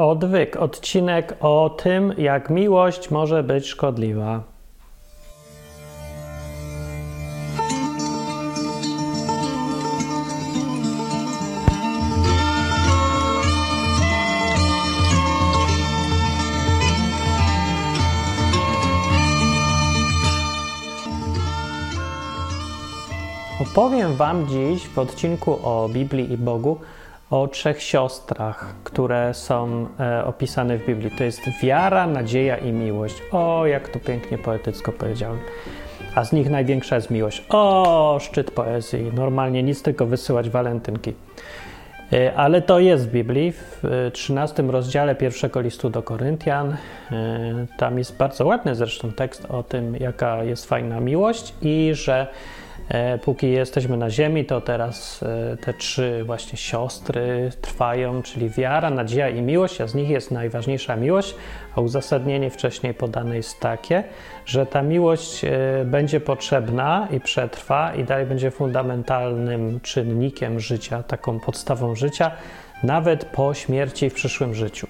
Odwyk, odcinek o tym, jak miłość może być szkodliwa. Opowiem Wam dziś w odcinku o Biblii i Bogu o 3 siostrach, które są opisane w Biblii. To jest wiara, nadzieja i miłość. O, jak to pięknie poetycko powiedziałem. A z nich największa jest miłość. O, szczyt poezji. Normalnie nic, tylko wysyłać walentynki. Ale to jest w Biblii, w 13 rozdziale pierwszego listu do Koryntian. Tam jest bardzo ładny zresztą tekst o tym, jaka jest fajna miłość i że póki jesteśmy na ziemi, to teraz te 3 właśnie siostry trwają, czyli wiara, nadzieja i miłość, a z nich jest najważniejsza miłość, a uzasadnienie wcześniej podane jest takie, że ta miłość będzie potrzebna i przetrwa i dalej będzie fundamentalnym czynnikiem życia, taką podstawą życia, nawet po śmierci w przyszłym życiu.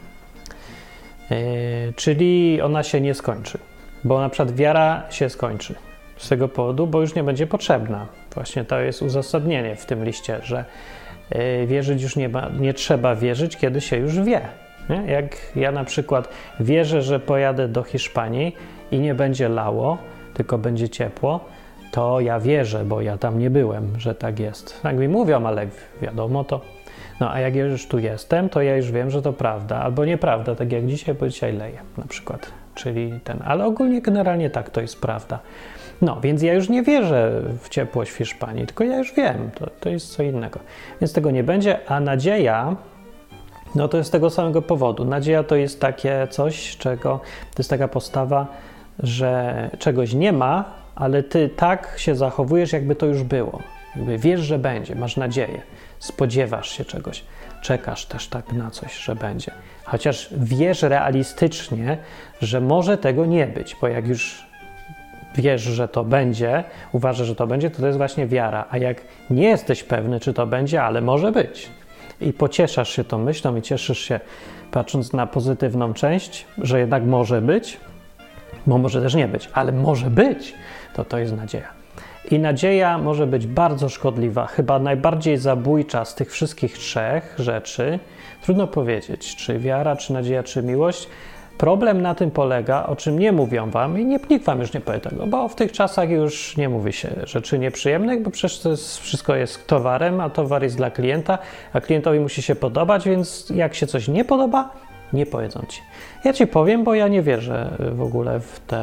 Czyli ona się nie skończy, bo na przykład wiara się skończy. Z tego powodu, bo już nie będzie potrzebna. Właśnie to jest uzasadnienie w tym liście, że wierzyć już nie trzeba wierzyć, kiedy się już wie. Nie? Jak ja na przykład wierzę, że pojadę do Hiszpanii i nie będzie lało, tylko będzie ciepło, to ja wierzę, bo ja tam nie byłem, że tak jest. Tak mi mówią, ale wiadomo to. No a jak już tu jestem, to ja już wiem, że to prawda, albo nieprawda, tak jak dzisiaj, bo dzisiaj leje na przykład. Czyli ale ogólnie generalnie tak, to jest prawda. No, więc ja już nie wierzę w ciepłość w Hiszpanii, tylko ja już wiem, to jest co innego. Więc tego nie będzie, a nadzieja, no to jest z tego samego powodu. Nadzieja to jest takie coś, to jest taka postawa, że czegoś nie ma, ale ty tak się zachowujesz, jakby to już było. Jakby wiesz, że będzie, masz nadzieję, spodziewasz się czegoś, czekasz też tak na coś, że będzie. Chociaż wiesz realistycznie, że może tego nie być, bo jak już wiesz, że to będzie, uważasz, że to będzie, to jest właśnie wiara. A jak nie jesteś pewny, czy to będzie, ale może być i pocieszasz się tą myślą i cieszysz się, patrząc na pozytywną część, że jednak może być, bo może też nie być, ale może być, to jest nadzieja. I nadzieja może być bardzo szkodliwa, chyba najbardziej zabójcza z tych wszystkich 3 rzeczy. Trudno powiedzieć, czy wiara, czy nadzieja, czy miłość. Problem na tym polega, o czym nie mówią wam i nikt wam już nie powie tego, bo w tych czasach już nie mówi się rzeczy nieprzyjemnych, bo przecież wszystko jest towarem, a towar jest dla klienta, a klientowi musi się podobać, więc jak się coś nie podoba, nie powiedzą ci. Ja ci powiem, bo ja nie wierzę w ogóle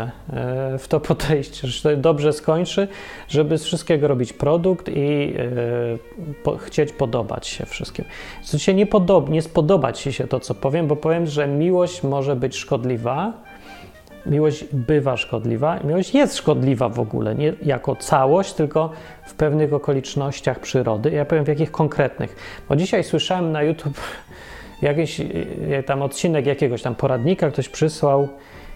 w to podejście, że to dobrze skończy, żeby z wszystkiego robić produkt i chcieć podobać się wszystkim. Co się nie spodobać ci się to, co powiem, bo powiem, że miłość może być szkodliwa, miłość bywa szkodliwa, miłość jest szkodliwa w ogóle, nie jako całość, tylko w pewnych okolicznościach przyrody. Ja powiem w jakich konkretnych, bo dzisiaj słyszałem na YouTube jakiś tam odcinek jakiegoś tam poradnika, ktoś przysłał,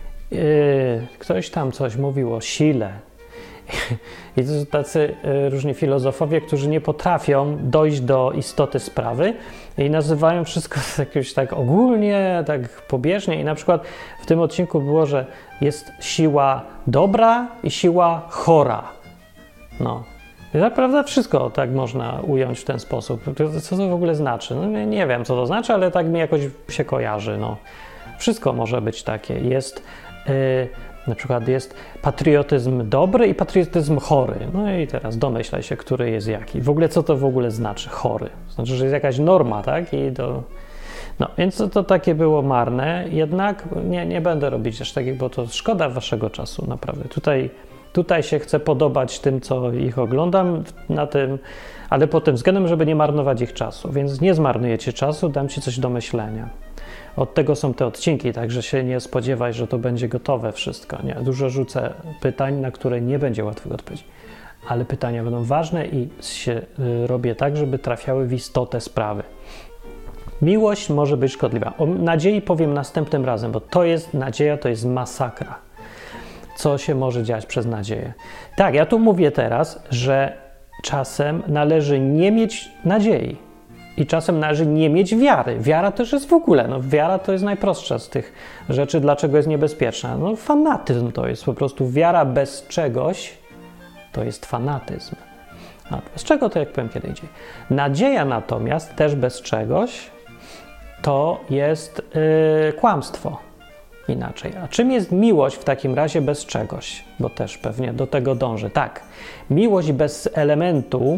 ktoś tam coś mówił o sile. I to są tacy różni filozofowie, którzy nie potrafią dojść do istoty sprawy i nazywają wszystko jakieś tak ogólnie, tak pobieżnie. I na przykład w tym odcinku było, że jest siła dobra i siła chora. No. I naprawdę wszystko tak można ująć w ten sposób. Co to w ogóle znaczy? No, nie wiem, co to znaczy, ale tak mi jakoś się kojarzy. No. Wszystko może być takie. Jest na przykład jest patriotyzm dobry i patriotyzm chory. No i teraz domyślaj się, który jest jaki. W ogóle co to w ogóle znaczy chory? Znaczy, że jest jakaś norma, tak? No, więc to takie było marne. Jednak nie będę robić aż takich, bo to szkoda waszego czasu, naprawdę. Tutaj się chcę podobać tym, co ich oglądam, ale pod tym względem, żeby nie marnować ich czasu. Więc nie zmarnujecie czasu, dam ci coś do myślenia. Od tego są te odcinki, także się nie spodziewaj, że to będzie gotowe wszystko. Nie, dużo rzucę pytań, na które nie będzie łatwych odpowiedzi. Ale pytania będą ważne i robię tak, żeby trafiały w istotę sprawy. Miłość może być szkodliwa. O nadziei powiem następnym razem, bo nadzieja to jest masakra. Co się może dziać przez nadzieję. Tak, ja tu mówię teraz, że czasem należy nie mieć nadziei. I czasem należy nie mieć wiary. Wiara też jest w ogóle, wiara to jest najprostsza z tych rzeczy, dlaczego jest niebezpieczna. Fanatyzm to jest po prostu wiara bez czegoś, to jest fanatyzm. A bez czego to jak powiem kiedy indziej. Nadzieja natomiast też bez czegoś to jest kłamstwo. Inaczej. A czym jest miłość w takim razie bez czegoś? Bo też pewnie do tego dążę. Tak, miłość bez elementu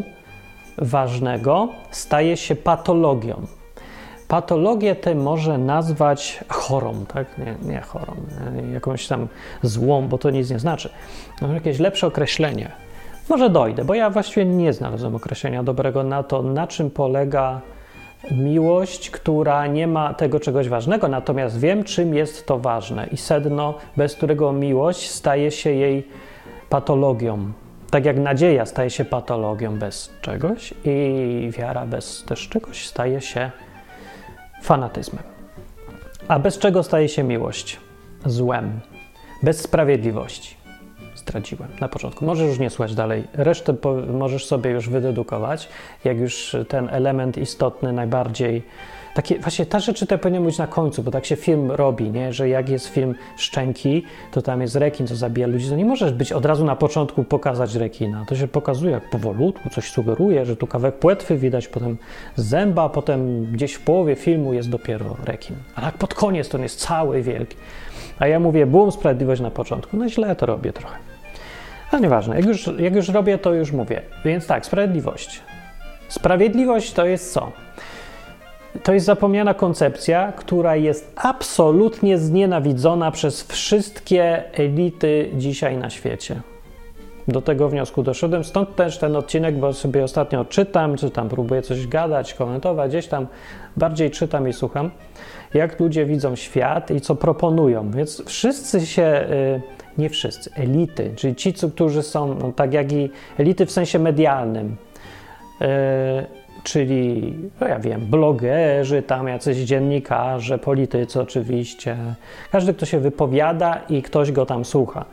ważnego staje się patologią. Patologię tę może nazwać chorą, tak? Nie chorą, jakąś tam złą, bo to nic nie znaczy. Jakieś lepsze określenie. Może dojdę, bo ja właściwie nie znalazłem określenia dobrego na to, na czym polega miłość, która nie ma tego czegoś ważnego, natomiast wiem, czym jest to ważne i sedno, bez którego miłość staje się jej patologią. Tak jak nadzieja staje się patologią bez czegoś i wiara bez też czegoś staje się fanatyzmem. A bez czego staje się miłość? Złem. Bez sprawiedliwości. Zdradziłem na początku. Możesz już nie słuchać dalej. Resztę możesz sobie już wydedukować, jak już ten element istotny najbardziej... Właśnie te rzeczy to powinien być na końcu, bo tak się film robi, nie? Że jak jest film Szczęki, to tam jest rekin, co zabija ludzi, to nie możesz być od razu na początku pokazać rekina. To się pokazuje jak powolutku, coś sugeruje, że tu kawałek płetwy widać, potem zęba, potem gdzieś w połowie filmu jest dopiero rekin. A tak pod koniec to on jest cały wielki. A ja mówię, bum, sprawiedliwość na początku. No źle to robię trochę. Ale nieważne, jak już robię, to już mówię. Więc tak, sprawiedliwość. Sprawiedliwość to jest co? To jest zapomniana koncepcja, która jest absolutnie znienawidzona przez wszystkie elity dzisiaj na świecie. Do tego wniosku doszedłem, stąd też ten odcinek, bo sobie ostatnio czytam, próbuję coś gadać, komentować, gdzieś tam bardziej czytam i słucham, jak ludzie widzą świat i co proponują. Więc wszyscy się, nie wszyscy, elity, czyli ci, którzy są, tak jak i elity w sensie medialnym, czyli, ja wiem, blogerzy, tam jacyś dziennikarze, politycy oczywiście, każdy, kto się wypowiada i ktoś go tam słucha.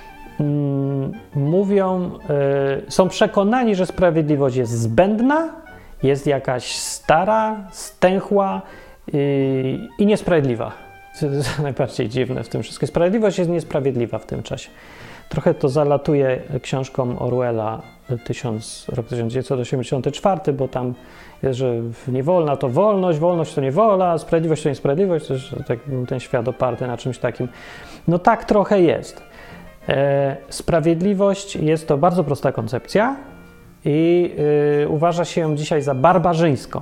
Mówią, są przekonani, że sprawiedliwość jest zbędna, jest jakaś stara, stęchła i niesprawiedliwa. To jest najbardziej dziwne w tym wszystkim. Sprawiedliwość jest niesprawiedliwa w tym czasie. Trochę to zalatuje książką Orwella rok 1984, bo tam jest, że niewolna to wolność, wolność to niewola, sprawiedliwość to niesprawiedliwość, to jest tak, ten świat oparty na czymś takim. No tak trochę jest. Sprawiedliwość jest to bardzo prosta koncepcja i uważa się ją dzisiaj za barbarzyńską,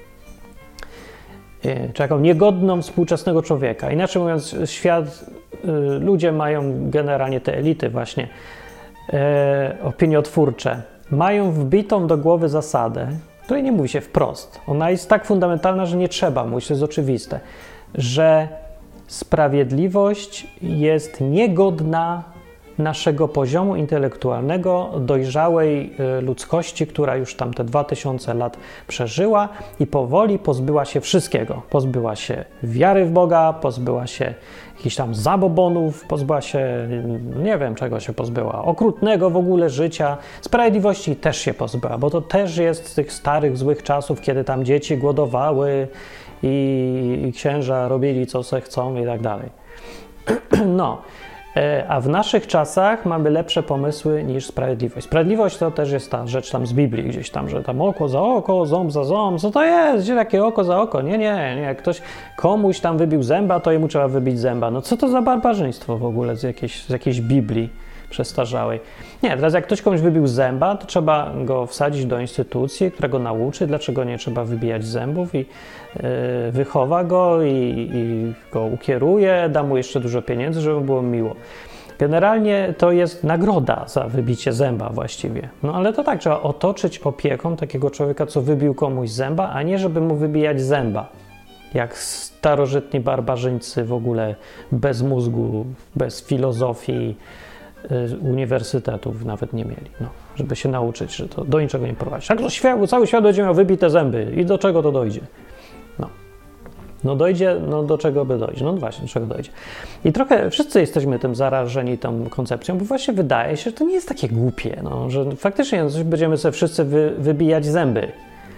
czy taką niegodną współczesnego człowieka. Inaczej mówiąc, świat, ludzie mają generalnie te elity właśnie opiniotwórcze, mają wbitą do głowy zasadę, której nie mówi się wprost. Ona jest tak fundamentalna, że nie trzeba mówić, to jest oczywiste, że sprawiedliwość jest niegodna naszego poziomu intelektualnego, dojrzałej ludzkości, która już tam te 2000 lat przeżyła i powoli pozbyła się wszystkiego. Pozbyła się wiary w Boga, pozbyła się jakichś tam zabobonów, pozbyła się, nie wiem czego się pozbyła, okrutnego w ogóle życia. Sprawiedliwości też się pozbyła, bo to też jest z tych starych, złych czasów, kiedy tam dzieci głodowały i księża robili co se chcą i tak dalej. No. A w naszych czasach mamy lepsze pomysły niż sprawiedliwość. Sprawiedliwość to też jest ta rzecz tam z Biblii gdzieś tam, że tam oko za oko, ząb za ząb. Co to jest? Gdzie takie oko za oko? Nie. Jak ktoś komuś tam wybił zęba, to jemu trzeba wybić zęba. No co to za barbarzyństwo w ogóle z jakiejś Biblii przestarzałej? Nie, teraz jak ktoś komuś wybił zęba, to trzeba go wsadzić do instytucji, która go nauczy, dlaczego nie trzeba wybijać zębów i wychowa go i go ukieruje, da mu jeszcze dużo pieniędzy, żeby było miło. Generalnie to jest nagroda za wybicie zęba właściwie. No ale to tak, trzeba otoczyć opieką takiego człowieka, co wybił komuś zęba, a nie żeby mu wybijać zęba. Jak starożytni barbarzyńcy w ogóle bez mózgu, bez filozofii, uniwersytetów nawet nie mieli, no, żeby się nauczyć, że to do niczego nie prowadzi. Tak, cały świat będzie miał wybite zęby i do czego to dojdzie? No dojdzie, no do czego by dojdzie? No właśnie, do czego dojdzie? I trochę wszyscy jesteśmy tym zarażeni tą koncepcją, bo właśnie wydaje się, że to nie jest takie głupie, no, że faktycznie będziemy sobie wszyscy wybijać zęby.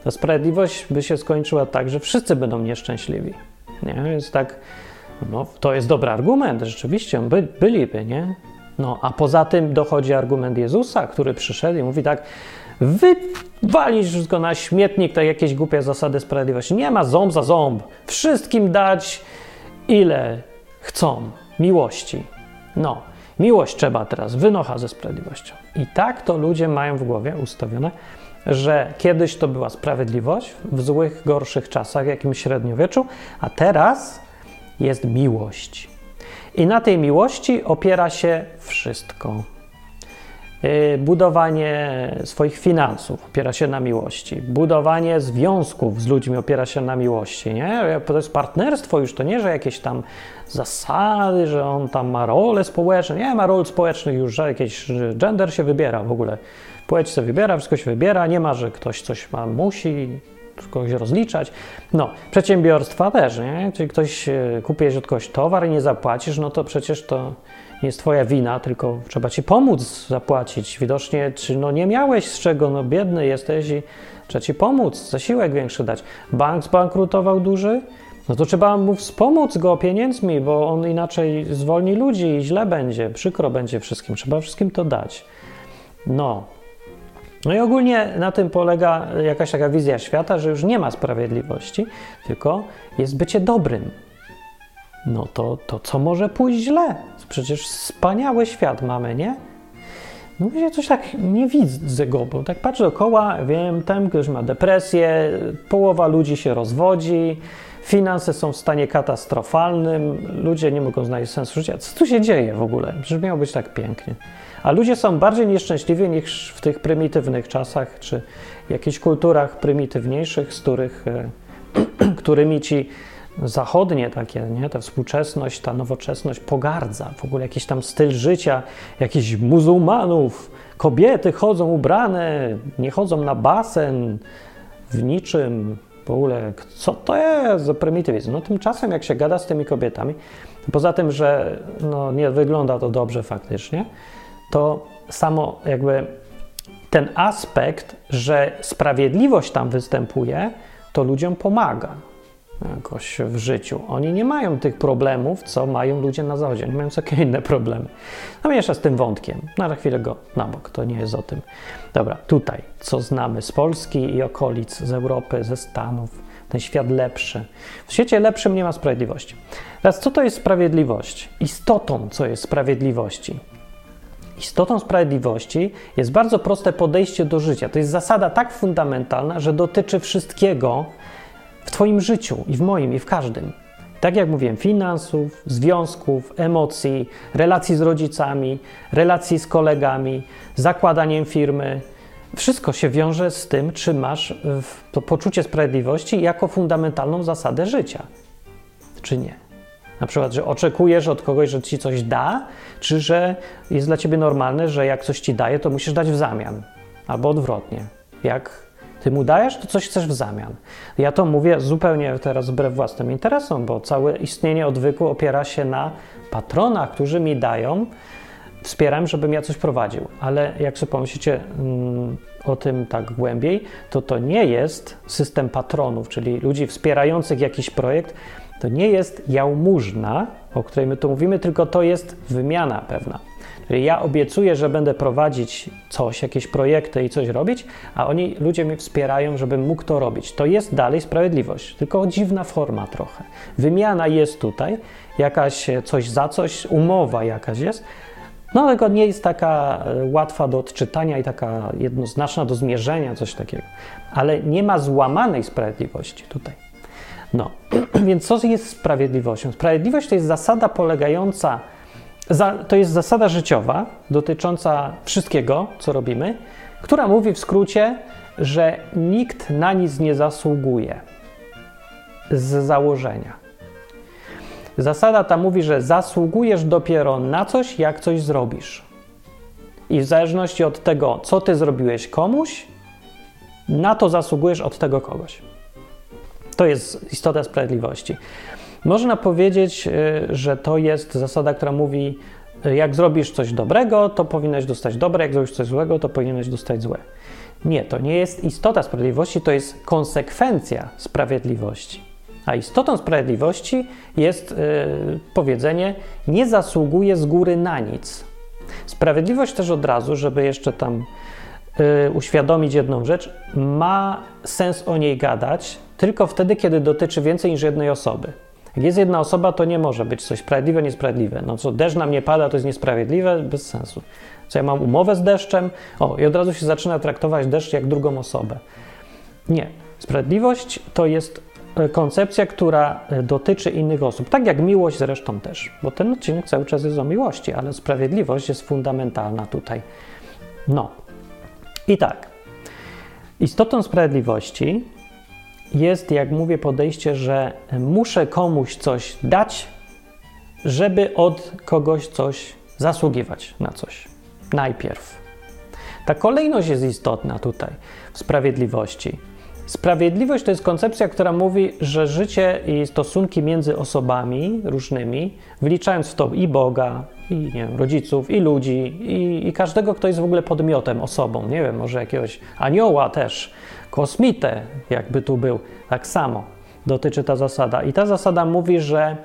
Ta sprawiedliwość by się skończyła tak, że wszyscy będą nieszczęśliwi. Nie? Więc tak, no, to jest dobry argument, rzeczywiście, byliby, nie? No, a poza tym dochodzi argument Jezusa, który przyszedł i mówi tak, wywalić wszystko na śmietnik, to jakieś głupie zasady sprawiedliwości. Nie ma ząb za ząb. Wszystkim dać ile chcą. Miłości. No, miłość trzeba teraz, wynocha ze sprawiedliwością. I tak to ludzie mają w głowie ustawione, że kiedyś to była sprawiedliwość w złych, gorszych czasach, w jakimś średniowieczu, a teraz jest miłość. I na tej miłości opiera się wszystko. Budowanie swoich finansów opiera się na miłości. Budowanie związków z ludźmi opiera się na miłości. Nie? To jest partnerstwo już, to nie, że jakieś tam zasady, że on tam ma role społeczne. Nie ma ról społecznych już, że jakiś gender się wybiera w ogóle. Płeć się wybiera, wszystko się wybiera. Nie ma, że ktoś coś musi kogoś rozliczać. No, przedsiębiorstwa też, nie? Czyli ktoś kupiłeś od kogoś towar i nie zapłacisz, no to przecież to nie jest twoja wina, tylko trzeba ci pomóc zapłacić. Widocznie, czy no nie miałeś z czego, no biedny jesteś i trzeba ci pomóc, zasiłek większy dać. Bank zbankrutował duży, no to trzeba mu wspomóc go pieniędzmi, bo on inaczej zwolni ludzi i źle będzie, przykro będzie wszystkim, trzeba wszystkim to dać. No i ogólnie na tym polega jakaś taka wizja świata, że już nie ma sprawiedliwości, tylko jest bycie dobrym. No to co może pójść źle? Przecież wspaniały świat mamy, nie? No ja coś tak nie widzę go, bo tak patrzę dookoła, wiem, ten ktoś ma depresję, połowa ludzi się rozwodzi, finanse są w stanie katastrofalnym, ludzie nie mogą znaleźć sensu życia. Co tu się dzieje w ogóle? Przecież miało być tak pięknie. A ludzie są bardziej nieszczęśliwi niż w tych prymitywnych czasach, czy jakichś kulturach prymitywniejszych, którymi ci zachodnie takie, nie? Ta współczesność, ta nowoczesność pogardza. W ogóle jakiś tam styl życia, jakichś muzułmanów, kobiety chodzą ubrane, nie chodzą na basen, w niczym. W ogóle, co to jest za prymitywizm? No tymczasem jak się gada z tymi kobietami, poza tym, że no, nie wygląda to dobrze faktycznie, to samo jakby ten aspekt, że sprawiedliwość tam występuje, to ludziom pomaga jakoś w życiu. Oni nie mają tych problemów, co mają ludzie na zachodzie. Oni mają takie inne problemy. No jeszcze z tym wątkiem. Na chwilę go na bok, to nie jest o tym. Dobra, tutaj, co znamy z Polski i okolic, z Europy, ze Stanów, ten świat lepszy. W świecie lepszym nie ma sprawiedliwości. Teraz, co to jest sprawiedliwość? Istotą, co jest sprawiedliwości? Istotą sprawiedliwości jest bardzo proste podejście do życia. To jest zasada tak fundamentalna, że dotyczy wszystkiego w twoim życiu i w moim, i w każdym. Tak jak mówiłem, finansów, związków, emocji, relacji z rodzicami, relacji z kolegami, zakładaniem firmy. Wszystko się wiąże z tym, czy masz to poczucie sprawiedliwości jako fundamentalną zasadę życia, czy nie. Na przykład, że oczekujesz od kogoś, że ci coś da, czy że jest dla ciebie normalne, że jak coś ci daje, to musisz dać w zamian. Albo odwrotnie. Jak ty mu dajesz, to coś chcesz w zamian. Ja to mówię zupełnie teraz wbrew własnym interesom, bo całe istnienie odwyku opiera się na patronach, którzy mi dają, wspieram, żebym ja coś prowadził. Ale jak sobie pomyślicie o tym tak głębiej, to nie jest system patronów, czyli ludzi wspierających jakiś projekt, to nie jest jałmużna, o której my tu mówimy, tylko to jest wymiana pewna. Czyli ja obiecuję, że będę prowadzić coś, jakieś projekty i coś robić, a ludzie mnie wspierają, żebym mógł to robić. To jest dalej sprawiedliwość, tylko dziwna forma trochę. Wymiana jest tutaj, jakaś coś za coś, umowa jakaś jest, no tylko nie jest taka łatwa do odczytania i taka jednoznaczna do zmierzenia, coś takiego. Ale nie ma złamanej sprawiedliwości tutaj. No, więc co jest sprawiedliwością? Sprawiedliwość to jest zasada polegająca, to jest zasada życiowa dotycząca wszystkiego, co robimy, która mówi w skrócie, że nikt na nic nie zasługuje z założenia. Zasada ta mówi, że zasługujesz dopiero na coś, jak coś zrobisz. I w zależności od tego, co ty zrobiłeś komuś, na to zasługujesz od tego kogoś. To jest istota sprawiedliwości. Można powiedzieć, że to jest zasada, która mówi, jak zrobisz coś dobrego, to powinieneś dostać dobre, jak zrobisz coś złego, to powinieneś dostać złe. Nie, to nie jest istota sprawiedliwości, to jest konsekwencja sprawiedliwości. A istotą sprawiedliwości jest powiedzenie: nie zasługuje z góry na nic. Sprawiedliwość też od razu, żeby jeszcze tam uświadomić jedną rzecz, ma sens o niej gadać tylko wtedy, kiedy dotyczy więcej niż jednej osoby. Jak jest jedna osoba, to nie może być coś sprawiedliwe, niesprawiedliwe. No co, deszcz na mnie pada, to jest niesprawiedliwe? Bez sensu. Co, ja mam umowę z deszczem? I od razu się zaczyna traktować deszcz jak drugą osobę. Nie. Sprawiedliwość to jest koncepcja, która dotyczy innych osób. Tak jak miłość zresztą też. Bo ten odcinek cały czas jest o miłości, ale sprawiedliwość jest fundamentalna tutaj. No. I tak. Istotą sprawiedliwości jest, jak mówię, podejście, że muszę komuś coś dać, żeby od kogoś coś zasługiwać na coś. Najpierw. Ta kolejność jest istotna tutaj w sprawiedliwości. Sprawiedliwość to jest koncepcja, która mówi, że życie i stosunki między osobami różnymi, wliczając w to i Boga, i nie wiem, rodziców, i ludzi, i każdego, kto jest w ogóle podmiotem, osobą, nie wiem, może jakiegoś anioła też, kosmitę, jakby tu był, tak samo dotyczy ta zasada. I ta zasada mówi, że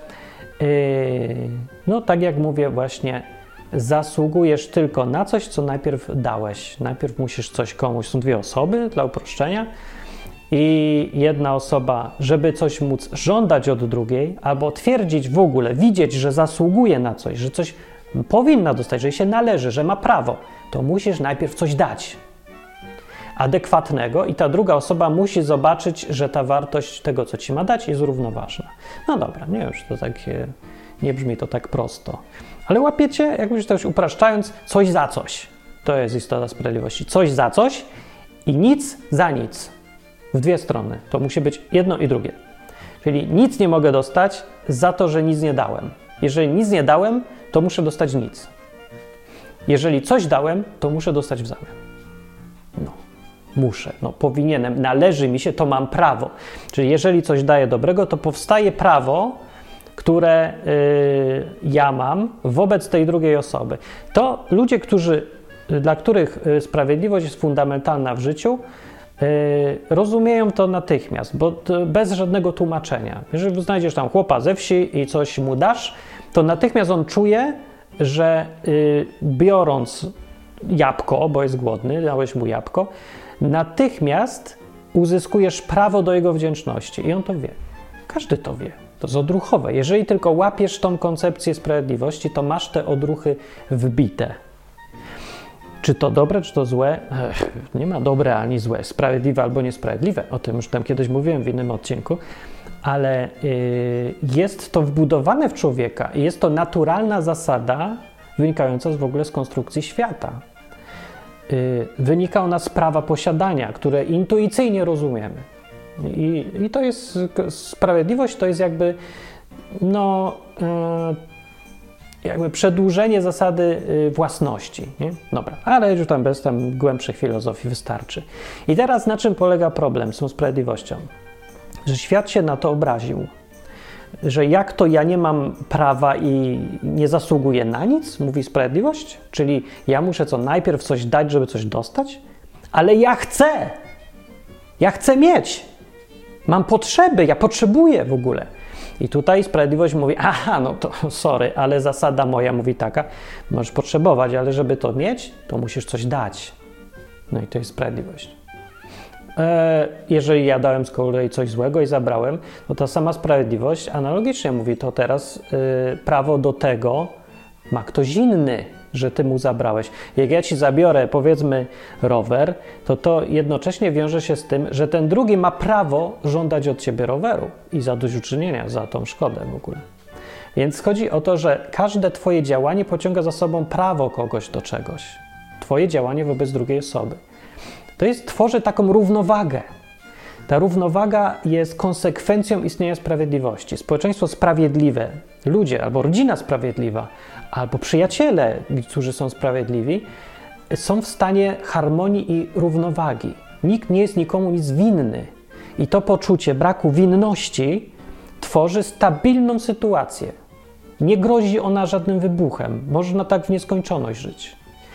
no tak jak mówię właśnie, zasługujesz tylko na coś, co najpierw dałeś. Najpierw musisz coś komuś, są dwie osoby dla uproszczenia, i jedna osoba, żeby coś móc żądać od drugiej, albo twierdzić w ogóle, widzieć, że zasługuje na coś, że coś powinna dostać, że jej się należy, że ma prawo, to musisz najpierw coś dać adekwatnego i ta druga osoba musi zobaczyć, że ta wartość tego, co ci ma dać, jest równoważna. No dobra, nie wiem, czy to tak nie brzmi to tak prosto. Ale łapiecie, jakbyś to już upraszczając, coś za coś. To jest istota sprawiedliwości. Coś za coś i nic za nic. W dwie strony. To musi być jedno i drugie. Czyli nic nie mogę dostać za to, że nic nie dałem. Jeżeli nic nie dałem, to muszę dostać nic. Jeżeli coś dałem, to muszę dostać w zamian. No, muszę, powinienem, należy mi się, to mam prawo. Czyli jeżeli coś daję dobrego, to powstaje prawo, które ja mam wobec tej drugiej osoby. To ludzie, dla których sprawiedliwość jest fundamentalna w życiu, rozumieją to natychmiast, bo bez żadnego tłumaczenia. Jeżeli znajdziesz tam chłopa ze wsi i coś mu dasz, to natychmiast on czuje, że biorąc jabłko, bo jest głodny, dałeś mu jabłko, natychmiast uzyskujesz prawo do jego wdzięczności. I on to wie. Każdy to wie. To jest odruchowe. Jeżeli tylko łapiesz tą koncepcję sprawiedliwości, to masz te odruchy wbite. Czy to dobre, czy to złe? Nie ma dobre ani złe, sprawiedliwe albo niesprawiedliwe. O tym już tam kiedyś mówiłem w innym odcinku, ale jest to wbudowane w człowieka i jest to naturalna zasada wynikająca w ogóle z konstrukcji świata. Wynika ona z prawa posiadania, które intuicyjnie rozumiemy. I to jest sprawiedliwość, to jest jakby jakby przedłużenie zasady własności. Nie? Dobra, ale już tam bez głębszych filozofii wystarczy. I teraz na czym polega problem z tą sprawiedliwością? Że świat się na to obraził. Że jak to ja nie mam prawa i nie zasługuję na nic, mówi sprawiedliwość? Czyli ja muszę najpierw coś dać, żeby coś dostać? Ale ja chcę! Ja chcę mieć! Mam potrzeby, ja potrzebuję w ogóle. I tutaj sprawiedliwość mówi, no to sorry, ale zasada moja mówi taka, możesz potrzebować, ale żeby to mieć, to musisz coś dać. No i to jest sprawiedliwość. Jeżeli ja dałem z kolei coś złego i zabrałem, to ta sama sprawiedliwość analogicznie mówi, to teraz prawo do tego ma ktoś inny, że ty mu zabrałeś. Jak ja ci zabiorę, powiedzmy, rower, to jednocześnie wiąże się z tym, że ten drugi ma prawo żądać od ciebie roweru i zadośćuczynienia za tą szkodę w ogóle. Więc chodzi o to, że każde twoje działanie pociąga za sobą prawo kogoś do czegoś. Twoje działanie wobec drugiej osoby. Tworzy taką równowagę. Ta równowaga jest konsekwencją istnienia sprawiedliwości. Społeczeństwo sprawiedliwe, ludzie albo rodzina sprawiedliwa, albo przyjaciele, którzy są sprawiedliwi, są w stanie harmonii i równowagi. Nikt nie jest nikomu nic winny. I to poczucie braku winności tworzy stabilną sytuację. Nie grozi ona żadnym wybuchem. Można tak w nieskończoność żyć.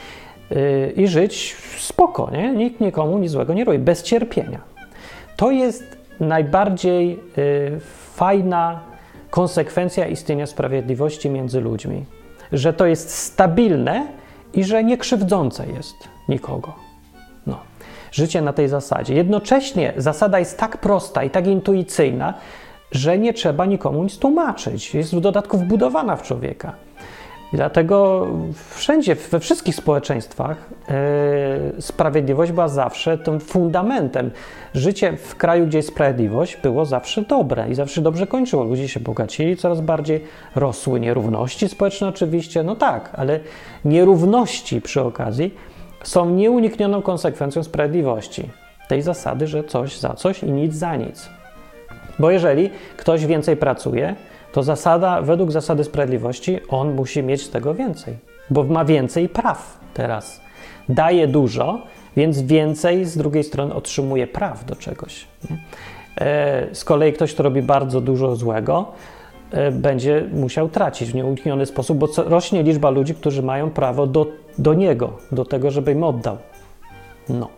i żyć spoko, nie? Nikt nikomu nic złego nie robi, bez cierpienia. To jest najbardziej fajna konsekwencja istnienia sprawiedliwości między ludźmi, że to jest stabilne i że nie krzywdzące jest nikogo. No. Życie na tej zasadzie. Jednocześnie zasada jest tak prosta i tak intuicyjna, że nie trzeba nikomu nic tłumaczyć. Jest w dodatku wbudowana w człowieka. I dlatego wszędzie, we wszystkich społeczeństwach sprawiedliwość była zawsze tym fundamentem. Życie w kraju, gdzie jest sprawiedliwość, było zawsze dobre i zawsze dobrze kończyło. Ludzie się bogacili, coraz bardziej rosły nierówności społeczne oczywiście, no tak, ale nierówności przy okazji są nieuniknioną konsekwencją sprawiedliwości. Tej zasady, że coś za coś i nic za nic. Bo jeżeli ktoś więcej pracuje, to według zasady sprawiedliwości on musi mieć z tego więcej, bo ma więcej praw teraz. Daje dużo, więc więcej z drugiej strony otrzymuje praw do czegoś. Z kolei ktoś, kto robi bardzo dużo złego, będzie musiał tracić w nieunikniony sposób, bo rośnie liczba ludzi, którzy mają prawo do niego, do tego, żeby im oddał. No.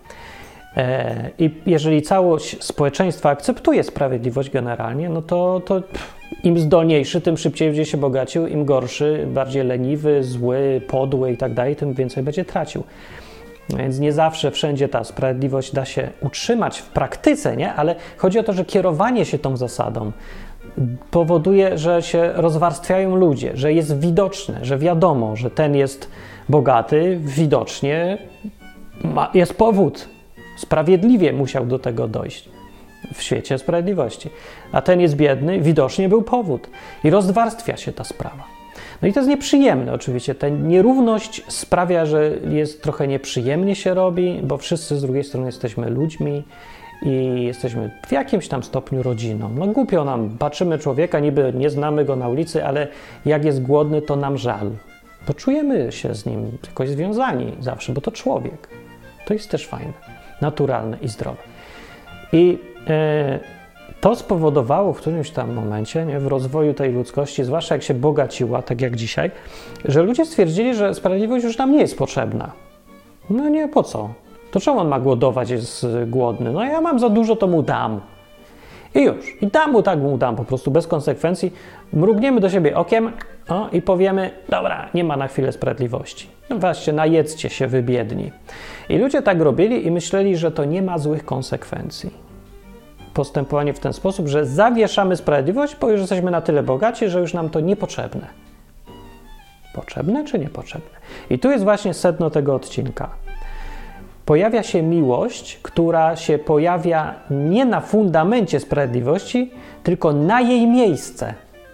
I jeżeli całość społeczeństwa akceptuje sprawiedliwość generalnie, no to im zdolniejszy, tym szybciej będzie się bogacił, im gorszy, bardziej leniwy, zły, podły i tak dalej, tym więcej będzie tracił. Więc nie zawsze wszędzie ta sprawiedliwość da się utrzymać w praktyce, nie? Ale chodzi o to, że kierowanie się tą zasadą powoduje, że się rozwarstwiają ludzie, że jest widoczne, że wiadomo, że ten jest bogaty, widocznie jest powód. Sprawiedliwie musiał do tego dojść w świecie sprawiedliwości. A ten jest biedny, widocznie był powód. I rozwarstwia się ta sprawa. No i to jest nieprzyjemne oczywiście. Ta nierówność sprawia, że jest trochę nieprzyjemnie się robi, bo wszyscy z drugiej strony jesteśmy ludźmi i jesteśmy w jakimś tam stopniu rodziną. No głupio nam, patrzymy człowieka, niby nie znamy go na ulicy, ale jak jest głodny, to nam żal. Bo czujemy się z nim jakoś związani zawsze, bo to człowiek. To jest też fajne, naturalne i zdrowe. I to spowodowało w którymś tam momencie, w rozwoju tej ludzkości, zwłaszcza jak się bogaciła, tak jak dzisiaj, że ludzie stwierdzili, że sprawiedliwość już nam nie jest potrzebna. No nie, po co? To czemu on ma głodować, jest głodny? No ja mam za dużo, to mu dam. I już. I mu dam po prostu bez konsekwencji. Mrugniemy do siebie okiem i powiemy, dobra, nie ma na chwilę sprawiedliwości. No właśnie, najedzcie się, wy biedni. I ludzie tak robili i myśleli, że to nie ma złych konsekwencji. Postępowanie w ten sposób, że zawieszamy sprawiedliwość, bo już jesteśmy na tyle bogaci, że już nam to niepotrzebne. Potrzebne czy niepotrzebne? I tu jest właśnie sedno tego odcinka. Pojawia się miłość, która się pojawia nie na fundamencie sprawiedliwości, tylko na jej miejsce.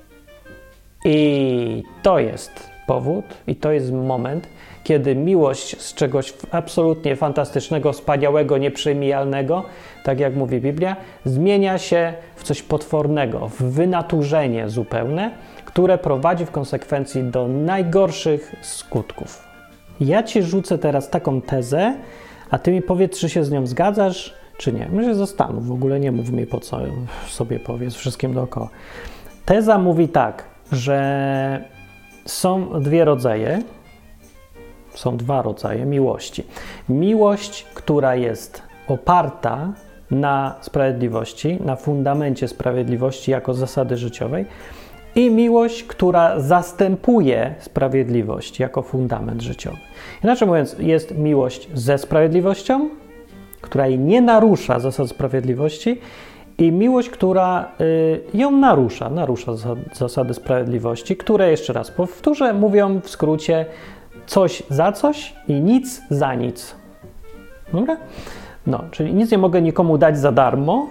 I to jest powód, i to jest moment, kiedy miłość z czegoś absolutnie fantastycznego, wspaniałego, nieprzemijalnego, tak jak mówi Biblia, zmienia się w coś potwornego, w wynaturzenie zupełne, które prowadzi w konsekwencji do najgorszych skutków. Ja ci rzucę teraz taką tezę, a ty mi powiedz, czy się z nią zgadzasz, czy nie. My się zastanów, w ogóle nie mów mi, po co sobie powiedz wszystkim dookoła. Teza mówi tak, że są dwa rodzaje miłości. Miłość, która jest oparta na sprawiedliwości, na fundamencie sprawiedliwości jako zasady życiowej i miłość, która zastępuje sprawiedliwość jako fundament życiowy. Inaczej mówiąc, jest miłość ze sprawiedliwością, która jej nie narusza zasad sprawiedliwości i miłość, która ją narusza zasady sprawiedliwości, które, jeszcze raz powtórzę, mówią w skrócie coś za coś i nic za nic. Dobra? No, czyli nic nie mogę nikomu dać za darmo,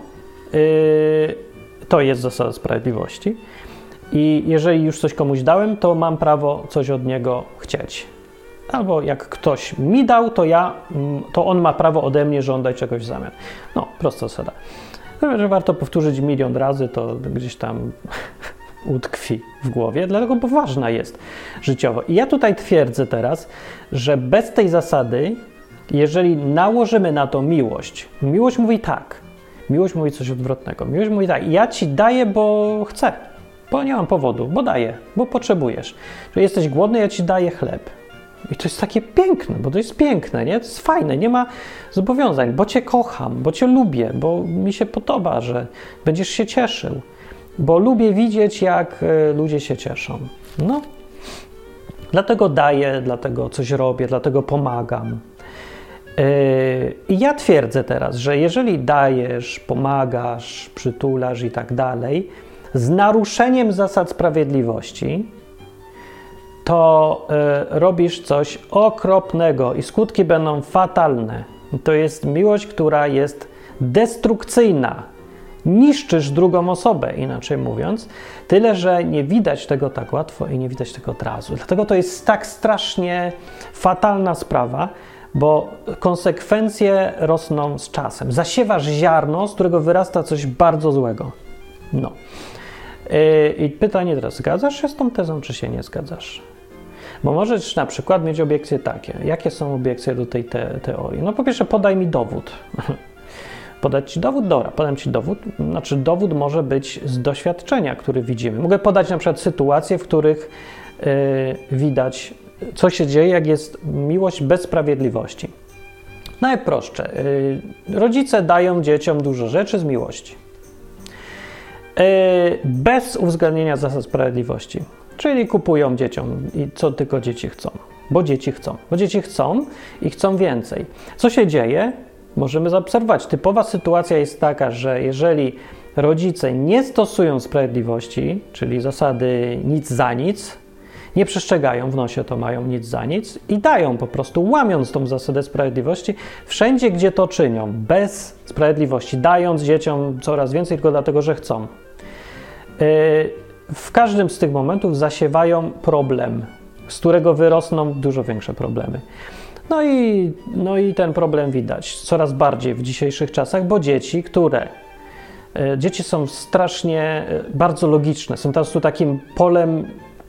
to jest zasada sprawiedliwości. I jeżeli już coś komuś dałem, to mam prawo coś od niego chcieć. Albo jak ktoś mi dał, to on ma prawo ode mnie żądać czegoś w zamian. No, prosta zasada. Że warto powtórzyć milion razy, to gdzieś tam utkwi w głowie, dlatego bo ważna jest życiowo. I ja tutaj twierdzę teraz, że bez tej zasady, jeżeli nałożymy na to miłość mówi tak, miłość mówi coś odwrotnego. Miłość mówi tak, ja ci daję, bo chcę, bo nie mam powodu, bo daję, bo potrzebujesz. Że jesteś głodny, ja ci daję chleb. I to jest takie piękne, bo to jest piękne, nie? To jest fajne, nie ma zobowiązań, bo cię kocham, bo cię lubię, bo mi się podoba, że będziesz się cieszył, bo lubię widzieć, jak ludzie się cieszą. No, dlatego daję, dlatego coś robię, dlatego pomagam. I ja twierdzę teraz, że jeżeli dajesz, pomagasz, przytulasz i tak dalej, z naruszeniem zasad sprawiedliwości, to robisz coś okropnego i skutki będą fatalne. To jest miłość, która jest destrukcyjna. Niszczysz drugą osobę, inaczej mówiąc, tyle, że nie widać tego tak łatwo i nie widać tego od razu. Dlatego to jest tak strasznie fatalna sprawa, bo konsekwencje rosną z czasem. Zasiewasz ziarno, z którego wyrasta coś bardzo złego. No. I pytanie teraz, zgadzasz się z tą tezą, czy się nie zgadzasz? Bo możesz na przykład mieć obiekcje takie. Jakie są obiekcje do tej teorii? No po pierwsze, podaj mi dowód. Podać ci dowód? Dobra, podam ci dowód. Znaczy dowód może być z doświadczenia, który widzimy. Mogę podać na przykład sytuacje, w których widać, co się dzieje, jak jest miłość bez sprawiedliwości. Najprostsze. Rodzice dają dzieciom dużo rzeczy z miłości. Bez uwzględnienia zasad sprawiedliwości. Czyli kupują dzieciom i co tylko dzieci chcą. Bo dzieci chcą. Bo dzieci chcą i chcą więcej. Co się dzieje? Możemy zaobserwować. Typowa sytuacja jest taka, że jeżeli rodzice nie stosują sprawiedliwości, czyli zasady nic za nic, nie przestrzegają, w nosie to mają nic za nic i dają po prostu, łamiąc tą zasadę sprawiedliwości, wszędzie, gdzie to czynią, bez sprawiedliwości, dając dzieciom coraz więcej tylko dlatego, że chcą. W każdym z tych momentów zasiewają problem, z którego wyrosną dużo większe problemy. No i ten problem widać coraz bardziej w dzisiejszych czasach, bo dzieci są strasznie bardzo logiczne, są po prostu takim polem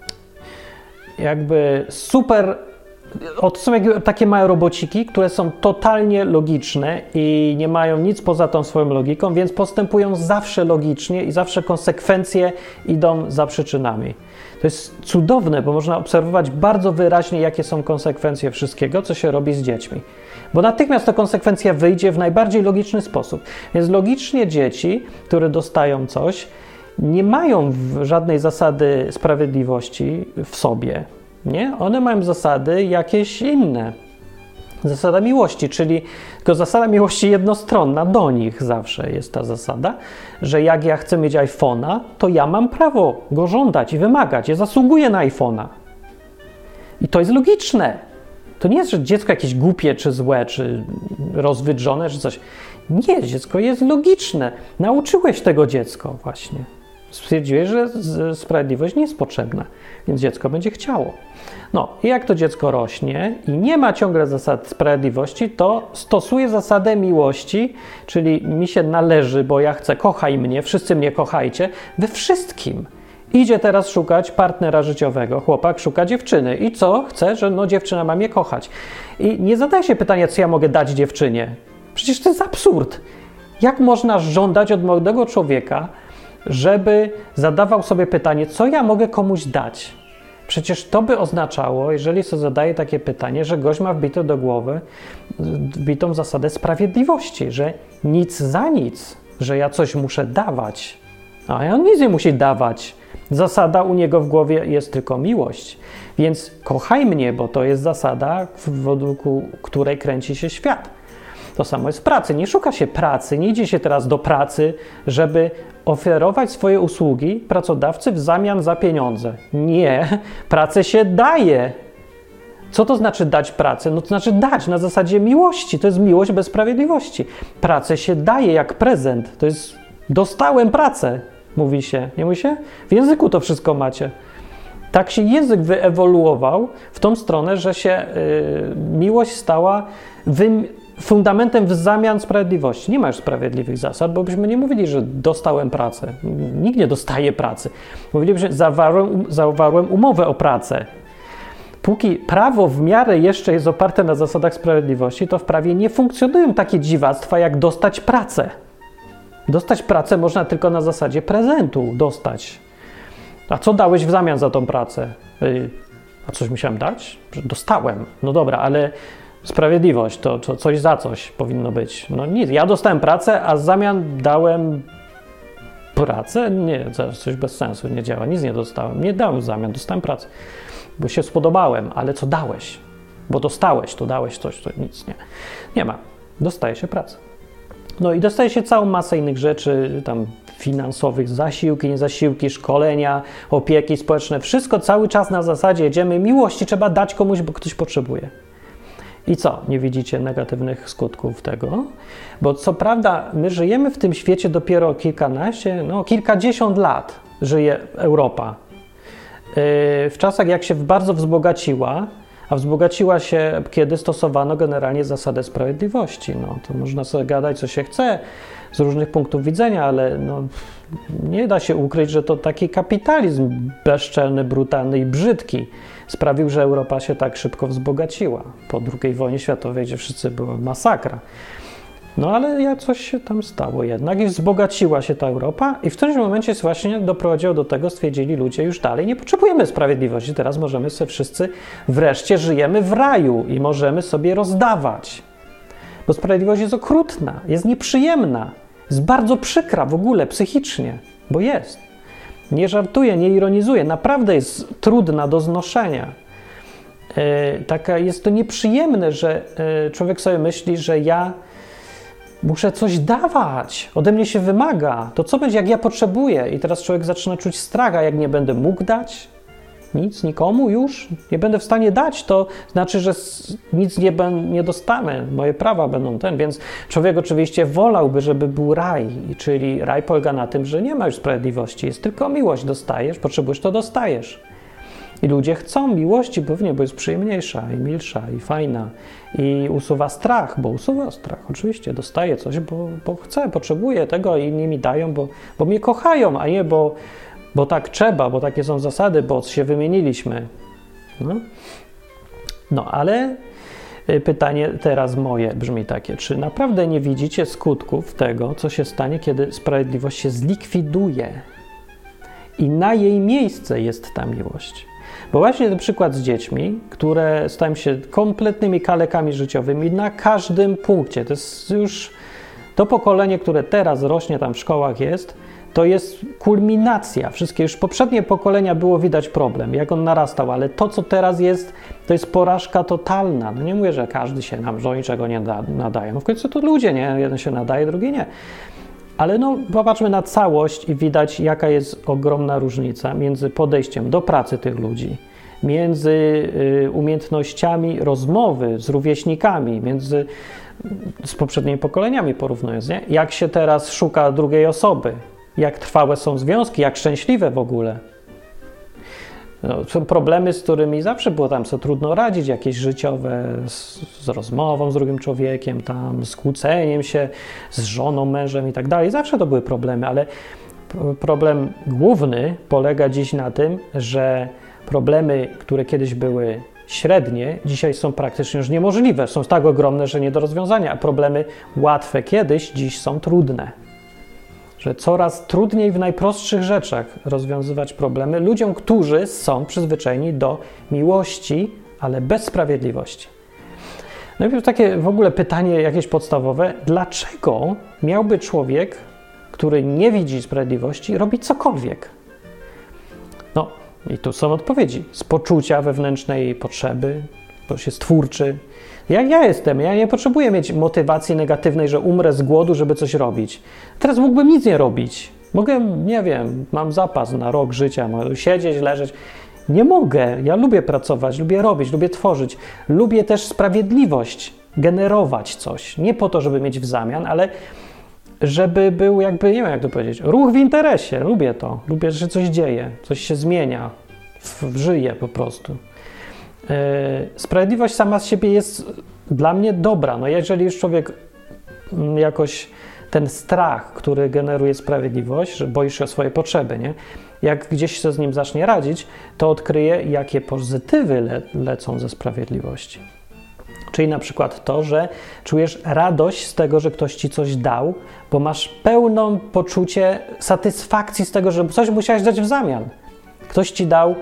jakby super, są takie małe robociki, które są totalnie logiczne i nie mają nic poza tą swoją logiką, więc postępują zawsze logicznie i zawsze konsekwencje idą za przyczynami. To jest cudowne, bo można obserwować bardzo wyraźnie, jakie są konsekwencje wszystkiego, co się robi z dziećmi. Bo natychmiast ta konsekwencja wyjdzie w najbardziej logiczny sposób. Więc logicznie dzieci, które dostają coś, nie mają żadnej zasady sprawiedliwości w sobie. Nie? One mają zasady jakieś inne. Zasada miłości, czyli tylko zasada miłości jednostronna, do nich zawsze jest ta zasada, że jak ja chcę mieć iPhone'a, to ja mam prawo go żądać i wymagać. Ja zasługuję na iPhone'a. I to jest logiczne. To nie jest, że dziecko jakieś głupie, czy złe, czy rozwydrzone, czy coś. Nie, dziecko jest logiczne. Nauczyłeś tego dziecko właśnie. Stwierdziłeś, że sprawiedliwość nie jest potrzebna, więc dziecko będzie chciało. No i jak to dziecko rośnie i nie ma ciągle zasad sprawiedliwości, to stosuje zasadę miłości, czyli mi się należy, bo ja chcę, kochaj mnie, wszyscy mnie kochajcie, we wszystkim. Idzie teraz szukać partnera życiowego, chłopak szuka dziewczyny i co? Chce, że dziewczyna ma mnie kochać. I nie zadaje się pytania, co ja mogę dać dziewczynie. Przecież to jest absurd. Jak można żądać od młodego człowieka, żeby zadawał sobie pytanie, co ja mogę komuś dać? Przecież to by oznaczało, jeżeli sobie zadaje takie pytanie, że gość ma wbitą zasadę sprawiedliwości, że nic za nic, że ja coś muszę dawać, a on nic nie musi dawać. Zasada u niego w głowie jest tylko miłość. Więc kochaj mnie, bo to jest zasada, wokół której kręci się świat. To samo jest w pracy. Nie szuka się pracy, nie idzie się teraz do pracy, żeby oferować swoje usługi pracodawcy w zamian za pieniądze. Nie, pracę się daje. Co to znaczy dać pracę? No to znaczy dać na zasadzie miłości. To jest miłość bez sprawiedliwości. Pracę się daje jak prezent. To jest dostałem pracę, mówi się. Nie mówi się? W języku to wszystko macie. Tak się język wyewoluował w tą stronę, że się miłość stała fundamentem w zamian sprawiedliwości. Nie ma już sprawiedliwych zasad, bo byśmy nie mówili, że dostałem pracę. Nikt nie dostaje pracy. Mówilibyśmy, że zawarłem umowę o pracę. Póki prawo w miarę jeszcze jest oparte na zasadach sprawiedliwości, to w prawie nie funkcjonują takie dziwactwa, jak dostać pracę. Dostać pracę można tylko na zasadzie prezentu dostać. A co dałeś w zamian za tą pracę? A coś musiałem dać? Dostałem. No dobra, ale sprawiedliwość to coś za coś powinno być. No nic, ja dostałem pracę, a w zamian dałem pracę? Nie, coś bez sensu, nie działa, nic nie dostałem. Nie dałem w zamian, dostałem pracę, bo się spodobałem, ale co dałeś? Bo dostałeś, to dałeś coś, to nic nie ma. Dostaje się pracę. No i dostaje się całą masę innych rzeczy, tam finansowych, zasiłki, niezasiłki, szkolenia, opieki społeczne, wszystko cały czas na zasadzie jedziemy, miłości trzeba dać komuś, bo ktoś potrzebuje. I co? Nie widzicie negatywnych skutków tego? Bo co prawda my żyjemy w tym świecie dopiero kilkadziesiąt lat żyje Europa. W czasach jak się bardzo wzbogaciła, a wzbogaciła się, kiedy stosowano generalnie zasadę sprawiedliwości. No, to można sobie gadać, co się chce z różnych punktów widzenia, ale nie da się ukryć, że to taki kapitalizm bezczelny, brutalny i brzydki sprawił, że Europa się tak szybko wzbogaciła. Po II wojnie światowej, gdzie wszyscy była masakra. No ale jak coś się tam stało jednak i wzbogaciła się ta Europa i w którymś momencie właśnie doprowadziło do tego, stwierdzili ludzie, już dalej nie potrzebujemy sprawiedliwości, teraz możemy sobie wszyscy, wreszcie żyjemy w raju i możemy sobie rozdawać. Bo sprawiedliwość jest okrutna, jest nieprzyjemna, jest bardzo przykra w ogóle psychicznie, bo jest. Nie żartuję, nie ironizuję, naprawdę jest trudna do znoszenia. Jest to nieprzyjemne, że człowiek sobie myśli, że ja muszę coś dawać, ode mnie się wymaga. To co będzie, jak ja potrzebuję? I teraz człowiek zaczyna czuć strach, a jak nie będę mógł dać nic nikomu już, nie będę w stanie dać, to znaczy, że nic nie dostanę, moje prawa będą więc człowiek oczywiście wolałby, żeby był raj, czyli raj polega na tym, że nie ma już sprawiedliwości, jest tylko miłość, dostajesz, potrzebujesz, to dostajesz. I ludzie chcą miłości pewnie, bo jest przyjemniejsza i milsza i fajna i usuwa strach, oczywiście, dostaję coś, bo chcę, potrzebuję tego i inni mi dają, bo mnie kochają, a nie bo tak trzeba, bo takie są zasady, bo się wymieniliśmy. No ale pytanie teraz moje brzmi takie, czy naprawdę nie widzicie skutków tego, co się stanie, kiedy sprawiedliwość się zlikwiduje i na jej miejsce jest ta miłość? Bo właśnie ten przykład z dziećmi, które stają się kompletnymi kalekami życiowymi na każdym punkcie. To jest już to pokolenie, które teraz rośnie tam w szkołach to jest kulminacja. Wszystkie już poprzednie pokolenia było widać problem, jak on narastał, ale to, co teraz jest, to jest porażka totalna. No nie mówię, że każdy się nam do niczego nie nadaje. No w końcu to ludzie, nie? Jeden się nadaje, drugi nie. Ale popatrzmy na całość i widać, jaka jest ogromna różnica między podejściem do pracy tych ludzi, między umiejętnościami rozmowy z rówieśnikami, z poprzednimi pokoleniami porównując, nie? Jak się teraz szuka drugiej osoby, jak trwałe są związki, jak szczęśliwe w ogóle. Są problemy, z którymi zawsze było tam co trudno radzić, jakieś życiowe, z rozmową z drugim człowiekiem, tam z kłóceniem się, z żoną, mężem i tak dalej. Zawsze to były problemy, ale problem główny polega dziś na tym, że problemy, które kiedyś były średnie, dzisiaj są praktycznie już niemożliwe. Są tak ogromne, że nie do rozwiązania, a problemy łatwe kiedyś, dziś są trudne. Że coraz trudniej w najprostszych rzeczach rozwiązywać problemy ludziom, którzy są przyzwyczajeni do miłości, ale bez sprawiedliwości. No i takie w ogóle pytanie jakieś podstawowe, dlaczego miałby człowiek, który nie widzi sprawiedliwości, robić cokolwiek? No i tu są odpowiedzi. Z poczucia wewnętrznej potrzeby, bo się stwórczy. Jak ja jestem, ja nie potrzebuję mieć motywacji negatywnej, że umrę z głodu, żeby coś robić. Teraz mógłbym nic nie robić. Mogę, nie wiem, mam zapas na rok życia, mogę siedzieć, leżeć. Nie mogę. Ja lubię pracować, lubię robić, lubię tworzyć. Lubię też sprawiedliwość, generować coś. Nie po to, żeby mieć w zamian, ale żeby był jakby, nie wiem jak to powiedzieć, ruch w interesie. Lubię to. Lubię, że się coś dzieje, coś się zmienia, żyje po prostu. Sprawiedliwość sama z siebie jest dla mnie dobra. No jeżeli już człowiek jakoś ten strach, który generuje sprawiedliwość, że boisz się o swoje potrzeby, nie? Jak gdzieś się z nim zacznie radzić, to odkryje, jakie pozytywy lecą ze sprawiedliwości. Czyli na przykład to, że czujesz radość z tego, że ktoś ci coś dał, bo masz pełne poczucie satysfakcji z tego, że coś musiałeś dać w zamian. Ktoś ci dał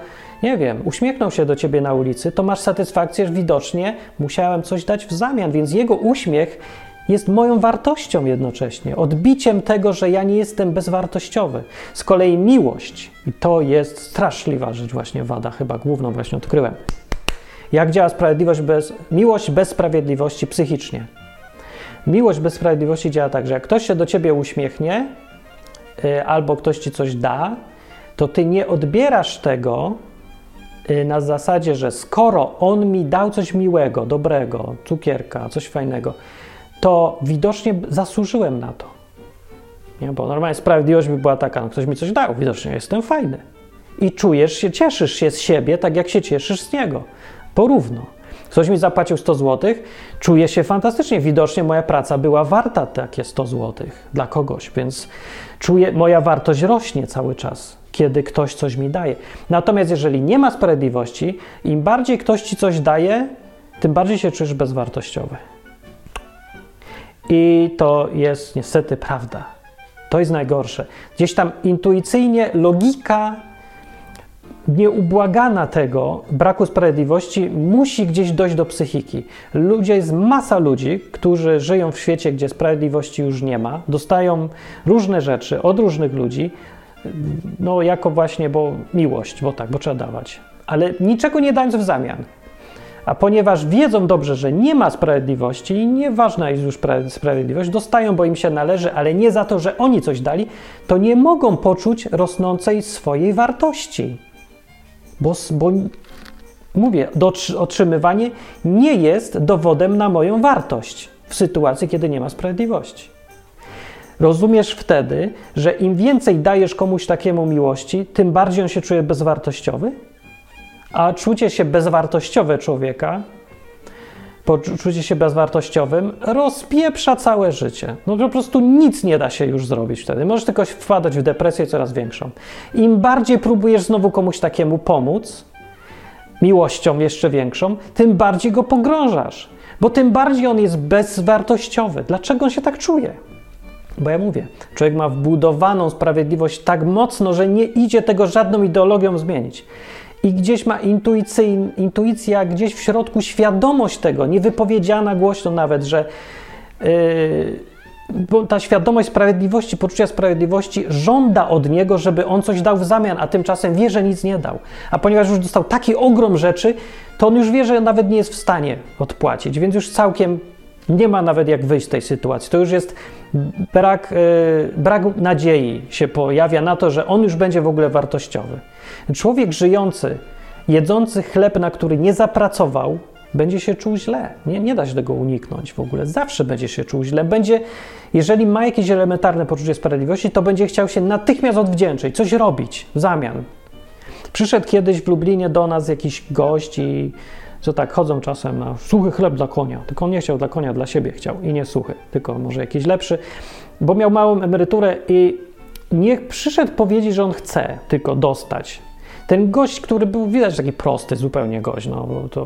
nie wiem, uśmiechnął się do ciebie na ulicy, to masz satysfakcję, że widocznie musiałem coś dać w zamian, więc jego uśmiech jest moją wartością jednocześnie, odbiciem tego, że ja nie jestem bezwartościowy. Z kolei miłość, i to jest straszliwa rzecz właśnie, wada chyba główną właśnie odkryłem. Jak działa miłość bez sprawiedliwości psychicznie? Miłość bez sprawiedliwości działa tak, że jak ktoś się do ciebie uśmiechnie albo ktoś ci coś da, to ty nie odbierasz tego na zasadzie, że skoro on mi dał coś miłego, dobrego, cukierka, coś fajnego, to widocznie zasłużyłem na to. Nie? Bo normalnie sprawiedliwość by była taka, no ktoś mi coś dał, widocznie jestem fajny. I czujesz się, cieszysz się z siebie, tak jak się cieszysz z niego. Porówno. Ktoś mi zapłacił 100 zł, czuję się fantastycznie. Widocznie moja praca była warta takie 100 zł dla kogoś, więc moja wartość rośnie cały czas, kiedy ktoś coś mi daje. Natomiast jeżeli nie ma sprawiedliwości, im bardziej ktoś ci coś daje, tym bardziej się czujesz bezwartościowy. I to jest niestety prawda. To jest najgorsze. Gdzieś tam intuicyjnie logika nieubłagana tego braku sprawiedliwości musi gdzieś dojść do psychiki. Jest masa ludzi, którzy żyją w świecie, gdzie sprawiedliwości już nie ma, dostają różne rzeczy od różnych ludzi, no jako właśnie, bo miłość, bo trzeba dawać, ale niczego nie dając w zamian. A ponieważ wiedzą dobrze, że nie ma sprawiedliwości i nieważna jest już sprawiedliwość, dostają, bo im się należy, ale nie za to, że oni coś dali, to nie mogą poczuć rosnącej swojej wartości. Bo mówię, otrzymywanie nie jest dowodem na moją wartość w sytuacji, kiedy nie ma sprawiedliwości. Rozumiesz wtedy, że im więcej dajesz komuś takiemu miłości, tym bardziej on się czuje bezwartościowy? A czucie się bezwartościowe człowieka, czucie się bezwartościowym rozpieprza całe życie. No po prostu nic nie da się już zrobić wtedy. Możesz tylko wpadać w depresję coraz większą. Im bardziej próbujesz znowu komuś takiemu pomóc, miłością jeszcze większą, tym bardziej go pogrążasz. Bo tym bardziej on jest bezwartościowy. Dlaczego on się tak czuje? Bo ja mówię, człowiek ma wbudowaną sprawiedliwość tak mocno, że nie idzie tego żadną ideologią zmienić. I gdzieś ma intuicja, gdzieś w środku świadomość tego, niewypowiedziana głośno nawet, że bo ta świadomość sprawiedliwości, poczucia sprawiedliwości żąda od niego, żeby on coś dał w zamian, a tymczasem wie, że nic nie dał. A ponieważ już dostał taki ogrom rzeczy, to on już wie, że nawet nie jest w stanie odpłacić, więc już całkiem nie ma nawet jak wyjść z tej sytuacji. To już jest brak nadziei się pojawia na to, że on już będzie w ogóle wartościowy. Człowiek żyjący, jedzący chleb, na który nie zapracował, będzie się czuł źle. Nie da się tego uniknąć w ogóle. Zawsze będzie się czuł źle. Jeżeli ma jakieś elementarne poczucie sprawiedliwości, to będzie chciał się natychmiast odwdzięczyć, coś robić w zamian. Przyszedł kiedyś w Lublinie do nas jakiś gość i co tak chodzą czasem na suchy chleb dla konia. Tylko on nie chciał dla konia, dla siebie chciał i nie suchy, tylko może jakiś lepszy, bo miał małą emeryturę i niech przyszedł powiedzieć, że on chce tylko dostać. Ten gość, który był widać taki prosty zupełnie gość, no bo to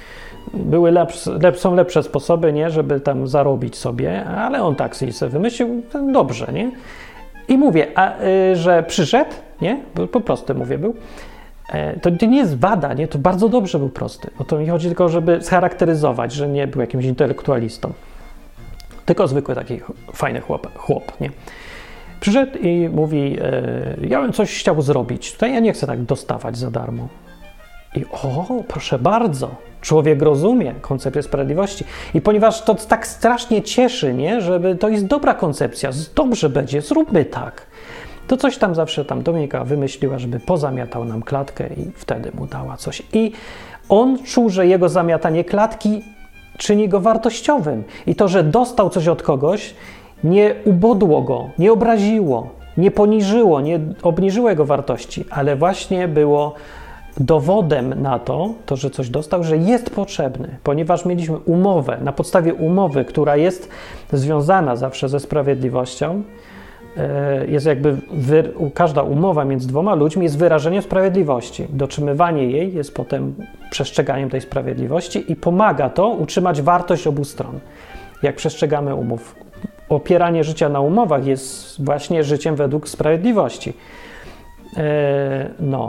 są lepsze sposoby, nie, żeby tam zarobić sobie, ale on tak sobie wymyślił dobrze, nie? I mówię, że przyszedł, nie? Po prostu mówię, był. To nie jest wada, nie? To bardzo dobrze był prosty. O to mi chodzi tylko, żeby scharakteryzować, że nie był jakimś intelektualistą. Tylko zwykły taki fajny chłop, nie? Przyszedł i mówi, ja bym coś chciał zrobić. Tutaj ja nie chcę tak dostawać za darmo. I proszę bardzo, człowiek rozumie koncepcję sprawiedliwości. I ponieważ to tak strasznie cieszy, nie? Żeby to jest dobra koncepcja, dobrze będzie, zróbmy tak. To coś tam zawsze Dominika wymyśliła, żeby pozamiatał nam klatkę i wtedy mu dała coś. I on czuł, że jego zamiatanie klatki czyni go wartościowym. I to, że dostał coś od kogoś, nie ubodło go, nie obraziło, nie poniżyło, nie obniżyło jego wartości, ale właśnie było dowodem na to, że coś dostał, że jest potrzebny, ponieważ mieliśmy umowę, na podstawie umowy, która jest związana zawsze ze sprawiedliwością, jest jakby każda umowa między dwoma ludźmi jest wyrażeniem sprawiedliwości. Dotrzymywanie jej jest potem przestrzeganiem tej sprawiedliwości i pomaga to utrzymać wartość obu stron, jak przestrzegamy umów. Opieranie życia na umowach jest właśnie życiem według sprawiedliwości.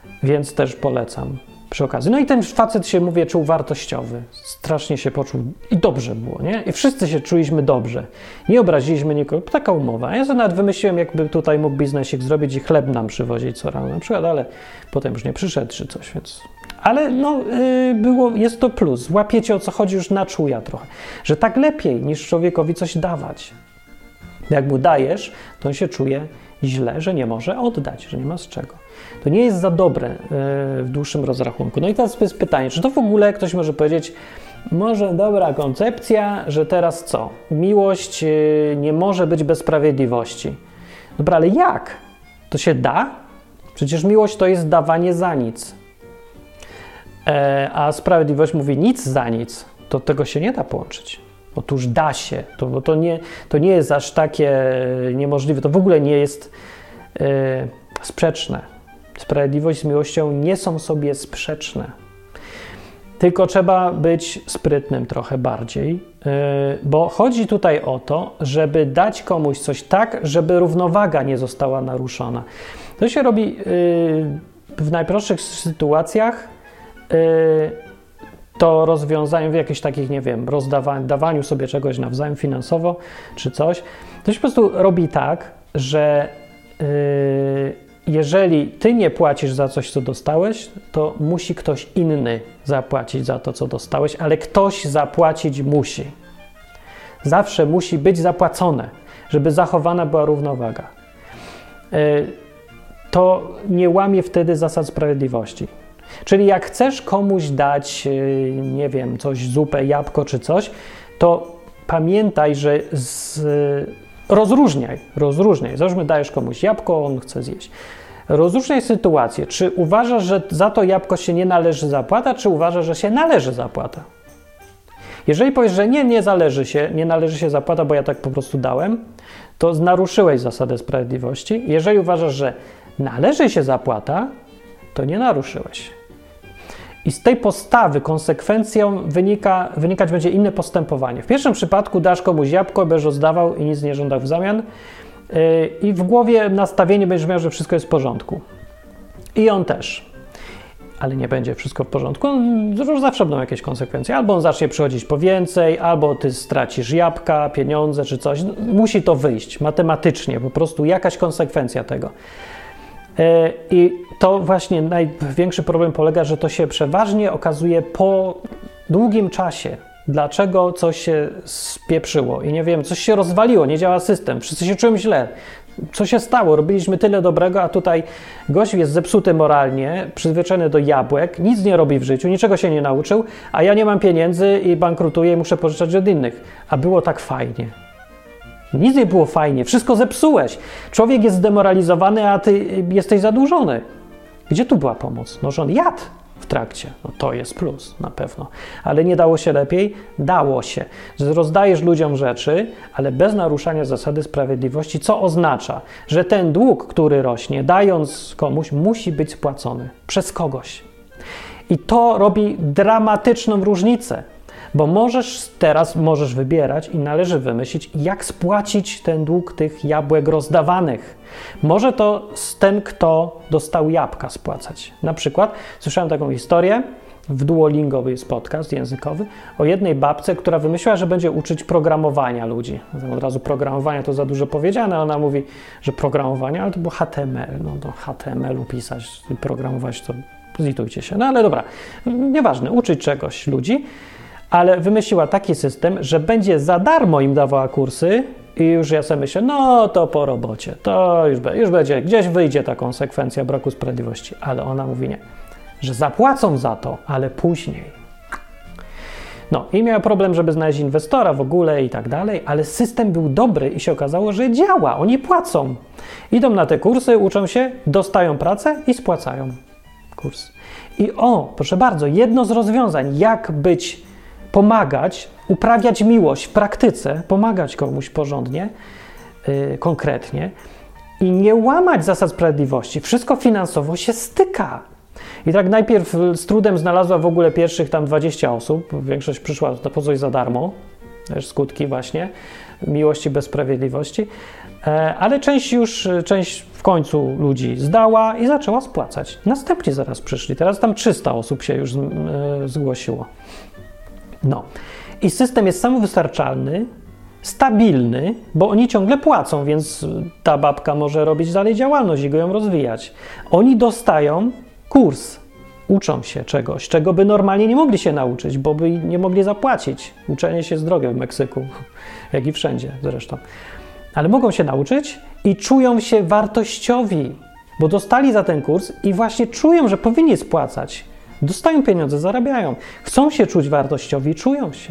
więc też polecam przy okazji. No i ten facet się, mówię, czuł wartościowy. Strasznie się poczuł i dobrze było, nie? I wszyscy się czuliśmy dobrze. Nie obraziliśmy nikogo. Taka umowa. Ja sobie nawet wymyśliłem, jakby tutaj mógł biznesik zrobić i chleb nam przywozić co rano na przykład, ale potem już nie przyszedł czy coś, więc... Ale no, jest to plus. Łapiecie, o co chodzi, już na czuja trochę. Że tak lepiej niż człowiekowi coś dawać. Jak mu dajesz, to on się czuje źle, że nie może oddać, że nie ma z czego. To nie jest za dobre w dłuższym rozrachunku. No i teraz jest pytanie, czy to w ogóle ktoś może powiedzieć, może dobra koncepcja, że teraz co? Miłość nie może być bez sprawiedliwości. Dobra, ale jak? To się da? Przecież miłość to jest dawanie za nic. A sprawiedliwość mówi nic za nic. To tego się nie da połączyć. Otóż da się, bo to nie jest aż takie niemożliwe, to w ogóle nie jest sprzeczne. Sprawiedliwość z miłością nie są sobie sprzeczne. Tylko trzeba być sprytnym trochę bardziej, bo chodzi tutaj o to, żeby dać komuś coś tak, żeby równowaga nie została naruszona. To się robi w najprostszych sytuacjach, to rozwiązanie w jakichś takich, nie wiem, dawaniu sobie czegoś nawzajem finansowo czy coś, to się po prostu robi tak, że jeżeli ty nie płacisz za coś, co dostałeś, to musi ktoś inny zapłacić za to, co dostałeś, ale ktoś zapłacić musi. Zawsze musi być zapłacone, żeby zachowana była równowaga. To nie łamie wtedy zasad sprawiedliwości. Czyli jak chcesz komuś dać, nie wiem, coś, zupę, jabłko czy coś, to pamiętaj, że rozróżniaj. Załóżmy, dajesz komuś jabłko, on chce zjeść. Rozróżniaj sytuację. Czy uważasz, że za to jabłko się nie należy zapłata, czy uważasz, że się należy zapłata? Jeżeli powiesz, że nie należy się zapłata, bo ja tak po prostu dałem, to naruszyłeś zasadę sprawiedliwości. Jeżeli uważasz, że należy się zapłata, to nie naruszyłeś. I z tej postawy konsekwencją wynikać będzie inne postępowanie. W pierwszym przypadku dasz komuś jabłko, będziesz rozdawał i nic nie żądał w zamian i w głowie nastawienie będziesz miał, że wszystko jest w porządku. I on też. Ale nie będzie wszystko w porządku. Zawsze będą jakieś konsekwencje. Albo on zacznie przychodzić po więcej, albo ty stracisz jabłka, pieniądze czy coś. Musi to wyjść matematycznie, po prostu jakaś konsekwencja tego. I to właśnie największy problem polega, że to się przeważnie okazuje po długim czasie. Dlaczego coś się spieprzyło i nie wiem, coś się rozwaliło, nie działa system, wszyscy się czują źle. Co się stało? Robiliśmy tyle dobrego, a tutaj gość jest zepsuty moralnie, przyzwyczajony do jabłek, nic nie robi w życiu, niczego się nie nauczył, a ja nie mam pieniędzy i bankrutuję i muszę pożyczać od innych. A było tak fajnie. Nic nie było fajnie, wszystko zepsułeś. Człowiek jest zdemoralizowany, a ty jesteś zadłużony. Gdzie tu była pomoc? No, że on jadł w trakcie. No to jest plus, na pewno. Ale nie dało się lepiej? Dało się. Rozdajesz ludziom rzeczy, ale bez naruszania zasady sprawiedliwości, co oznacza, że ten dług, który rośnie, dając komuś, musi być spłacony przez kogoś. I to robi dramatyczną różnicę. Bo teraz możesz wybierać i należy wymyślić, jak spłacić ten dług tych jabłek rozdawanych. Może to ten, kto dostał jabłka, spłacać. Na przykład słyszałem taką historię, w Duolingo jest podcast językowy, o jednej babce, która wymyśliła, że będzie uczyć programowania ludzi. Od razu programowania to za dużo powiedziane, ona mówi, że programowanie, ale to było HTML. No do HTML-u pisać i programować to zlitujcie się. No ale dobra, nieważne, uczyć czegoś ludzi. Ale wymyśliła taki system, że będzie za darmo im dawała kursy i już ja sobie myślę, no to po robocie, to już będzie, gdzieś wyjdzie ta konsekwencja braku sprawiedliwości. Ale ona mówi nie, że zapłacą za to, ale później. No i miała problem, żeby znaleźć inwestora w ogóle i tak dalej, ale system był dobry i się okazało, że działa, oni płacą. Idą na te kursy, uczą się, dostają pracę i spłacają kurs. I proszę bardzo, jedno z rozwiązań, jak pomagać, uprawiać miłość w praktyce, pomagać komuś porządnie, konkretnie i nie łamać zasad sprawiedliwości. Wszystko finansowo się styka. I tak najpierw z trudem znalazła w ogóle pierwszych tam 20 osób, większość przyszła po coś za darmo, też skutki właśnie miłości bez sprawiedliwości, ale część końcu ludzi zdała i zaczęła spłacać. Następnie zaraz przyszli. Teraz tam 300 osób się już zgłosiło. No. I system jest samowystarczalny, stabilny, bo oni ciągle płacą, więc ta babka może robić dalej działalność i go ją rozwijać. Oni dostają kurs, uczą się czegoś, czego by normalnie nie mogli się nauczyć, bo by nie mogli zapłacić. Uczenie się jest drogie w Meksyku, jak i wszędzie zresztą. Ale mogą się nauczyć i czują się wartościowi, bo dostali za ten kurs i właśnie czują, że powinni spłacać. Dostają pieniądze, zarabiają. Chcą się czuć wartościowi, czują się.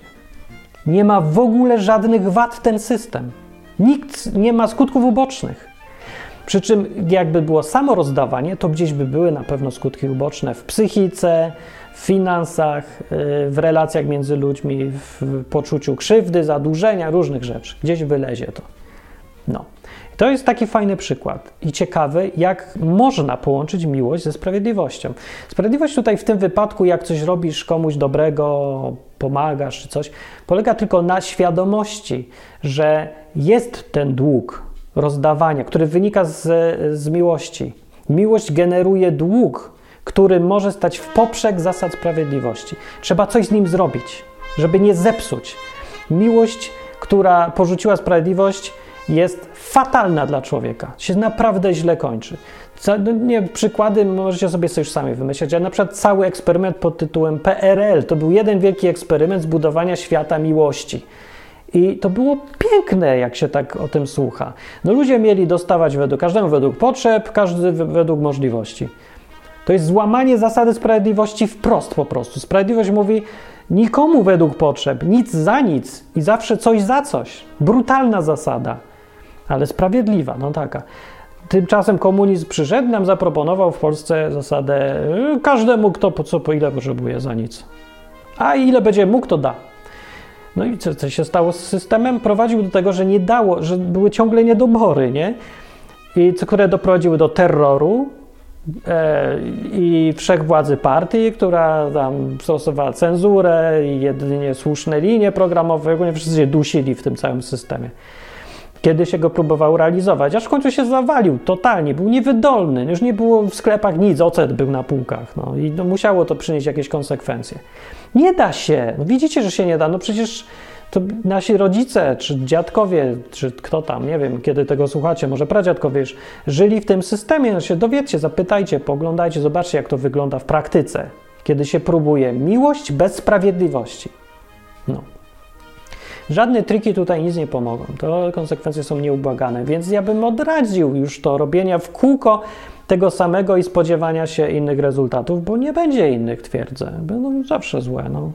Nie ma w ogóle żadnych wad ten system. Nikt nie ma skutków ubocznych. Przy czym jakby było samo rozdawanie, to gdzieś by były na pewno skutki uboczne w psychice, w finansach, w relacjach między ludźmi, w poczuciu krzywdy, zadłużenia, różnych rzeczy. Gdzieś wylezie to. No. To jest taki fajny przykład i ciekawy, jak można połączyć miłość ze sprawiedliwością. Sprawiedliwość tutaj w tym wypadku, jak coś robisz komuś dobrego, pomagasz czy coś, polega tylko na świadomości, że jest ten dług rozdawania, który wynika z miłości. Miłość generuje dług, który może stać w poprzek zasad sprawiedliwości. Trzeba coś z nim zrobić, żeby nie zepsuć. Miłość, która porzuciła sprawiedliwość, jest fatalna dla człowieka. Się naprawdę źle kończy. Przykłady możecie sobie już sami wymyśleć, ale na przykład cały eksperyment pod tytułem PRL to był jeden wielki eksperyment zbudowania świata miłości. I to było piękne, jak się tak o tym słucha. No ludzie mieli dostawać każdemu według potrzeb, każdy według możliwości. To jest złamanie zasady sprawiedliwości wprost po prostu. Sprawiedliwość mówi nikomu według potrzeb, nic za nic i zawsze coś za coś. Brutalna zasada, ale sprawiedliwa, no taka. Tymczasem komunizm przyszedł, nam zaproponował w Polsce zasadę każdemu, kto po ile potrzebuje, za nic. A ile będzie mógł, to da. No i co się stało z systemem? Prowadził do tego, że nie dało, że były ciągle niedobory, nie? Które doprowadziły do terroru i wszechwładzy partii, która tam stosowała cenzurę i jedynie słuszne linie programowe, ogólnie wszyscy się dusili w tym całym systemie. Kiedy się go próbował realizować, aż w końcu się zawalił totalnie, był niewydolny, już nie było w sklepach nic, ocet był na półkach, no i musiało to przynieść jakieś konsekwencje. Nie da się, no widzicie, że się nie da, no przecież to nasi rodzice, czy dziadkowie, czy kto tam, nie wiem, kiedy tego słuchacie, może pradziadkowie już żyli w tym systemie, no się dowiedzcie, zapytajcie, pooglądajcie, zobaczcie, jak to wygląda w praktyce, kiedy się próbuje miłość bez sprawiedliwości. No. Żadne triki tutaj nic nie pomogą, to konsekwencje są nieubłagane, więc ja bym odradził już to robienia w kółko tego samego i spodziewania się innych rezultatów, bo nie będzie innych, twierdzę, będą zawsze złe, no.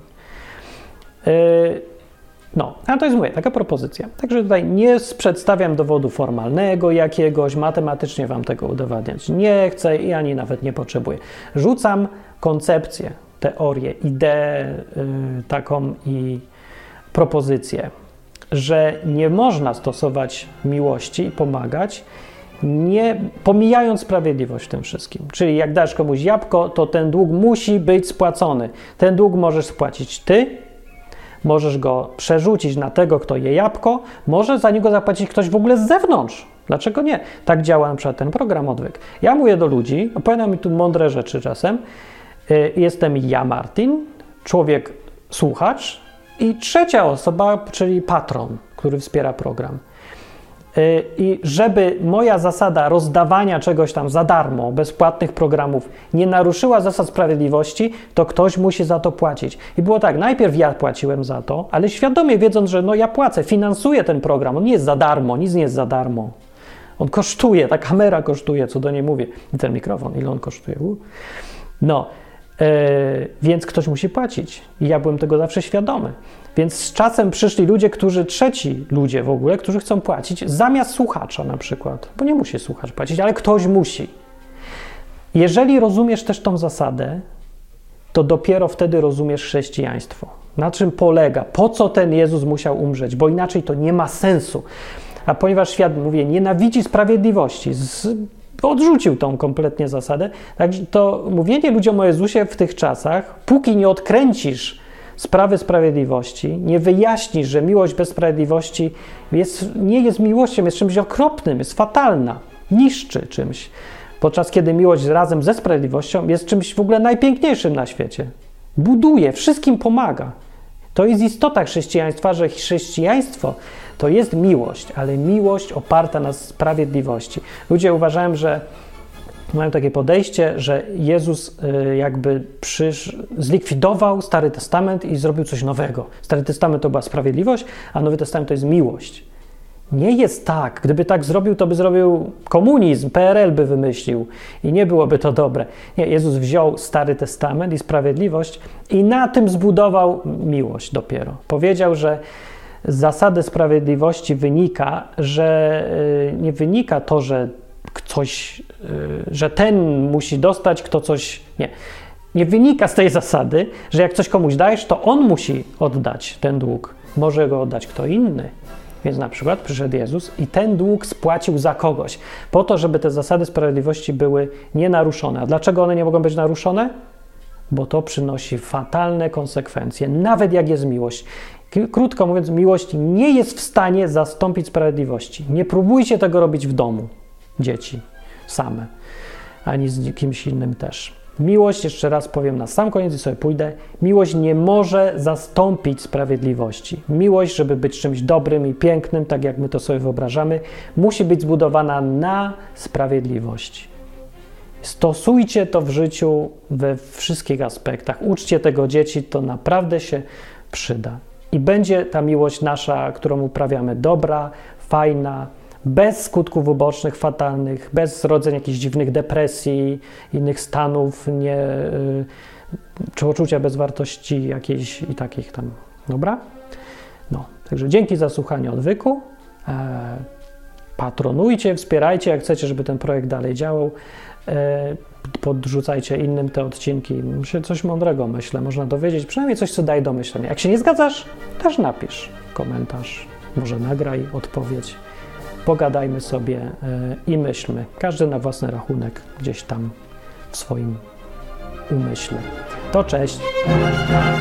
No, a to jest moja taka propozycja. Także tutaj nie przedstawiam dowodu formalnego jakiegoś, matematycznie wam tego udowadniać nie chcę i ani nawet nie potrzebuję. Rzucam koncepcję, teorię, ideę taką i propozycję, że nie można stosować miłości i pomagać, nie pomijając sprawiedliwość w tym wszystkim. Czyli jak dasz komuś jabłko, to ten dług musi być spłacony. Ten dług możesz spłacić ty, możesz go przerzucić na tego, kto je jabłko, może za niego zapłacić ktoś w ogóle z zewnątrz. Dlaczego nie? Tak działa na przykład ten program Odwyk. Ja mówię do ludzi, opowiadam mi tu mądre rzeczy czasem. Jestem ja, Martin, człowiek słuchacz i trzecia osoba, czyli patron, który wspiera program. I żeby moja zasada rozdawania czegoś tam za darmo, bezpłatnych programów nie naruszyła zasad sprawiedliwości, to ktoś musi za to płacić. I było tak, najpierw ja płaciłem za to, ale świadomie wiedząc, że no ja płacę, finansuję ten program, on nie jest za darmo, nic nie jest za darmo. On kosztuje, ta kamera kosztuje, co do niej mówię. I ten mikrofon, ile on kosztuje? No, więc ktoś musi płacić. I ja byłem tego zawsze świadomy. Więc z czasem przyszli ludzie, trzeci ludzie w ogóle, którzy chcą płacić zamiast słuchacza na przykład. Bo nie musi słuchacz płacić, ale ktoś musi. Jeżeli rozumiesz też tą zasadę, to dopiero wtedy rozumiesz chrześcijaństwo. Na czym polega? Po co ten Jezus musiał umrzeć? Bo inaczej to nie ma sensu. A ponieważ świat, mówię, nienawidzi sprawiedliwości, odrzucił tą kompletnie zasadę, także to mówienie ludziom o Jezusie w tych czasach, póki nie odkręcisz sprawy sprawiedliwości, nie wyjaśnisz, że miłość bez sprawiedliwości nie jest miłością, jest czymś okropnym, jest fatalna. niszczy czymś. Podczas kiedy miłość razem ze sprawiedliwością jest czymś w ogóle najpiękniejszym na świecie. Buduje, wszystkim pomaga. To jest istota chrześcijaństwa, że chrześcijaństwo to jest miłość, ale miłość oparta na sprawiedliwości. Ludzie uważają, że mają takie podejście, że Jezus jakby zlikwidował Stary Testament i zrobił coś nowego. Stary Testament to była sprawiedliwość, a Nowy Testament to jest miłość. Nie jest tak. Gdyby tak zrobił, to by zrobił komunizm, PRL by wymyślił i nie byłoby to dobre. Nie, Jezus wziął Stary Testament i sprawiedliwość i na tym zbudował miłość dopiero. Powiedział, że z zasady sprawiedliwości wynika, że nie wynika to, że coś, że ten musi dostać, kto coś... Nie. Nie wynika z tej zasady, że jak coś komuś dajesz, to on musi oddać ten dług. Może go oddać kto inny. Więc na przykład przyszedł Jezus i ten dług spłacił za kogoś, po to, żeby te zasady sprawiedliwości były nienaruszone. A dlaczego one nie mogą być naruszone? Bo to przynosi fatalne konsekwencje, nawet jak jest miłość. Krótko mówiąc, miłość nie jest w stanie zastąpić sprawiedliwości. Nie próbujcie tego robić w domu, dzieci, same, ani z kimś innym też. Miłość, jeszcze raz powiem na sam koniec i sobie pójdę, miłość nie może zastąpić sprawiedliwości. Miłość, żeby być czymś dobrym i pięknym, tak jak my to sobie wyobrażamy, musi być zbudowana na sprawiedliwości. Stosujcie to w życiu we wszystkich aspektach. Uczcie tego dzieci, to naprawdę się przyda. I będzie ta miłość nasza, którą uprawiamy, dobra, fajna, bez skutków ubocznych, fatalnych, bez rodzenia jakichś dziwnych depresji, innych stanów, czy poczucia bezwartości jakiejś i takich tam. Dobra? No, także dzięki za słuchanie Odwyku. Patronujcie, wspierajcie, jak chcecie, żeby ten projekt dalej działał. Podrzucajcie innym te odcinki. Coś mądrego, myślę, można dowiedzieć. Przynajmniej coś, co daje do myślenia. Jak się nie zgadzasz, też napisz komentarz. Może nagraj odpowiedź. Pogadajmy sobie i myślmy. Każdy na własny rachunek gdzieś tam w swoim umyśle. To cześć!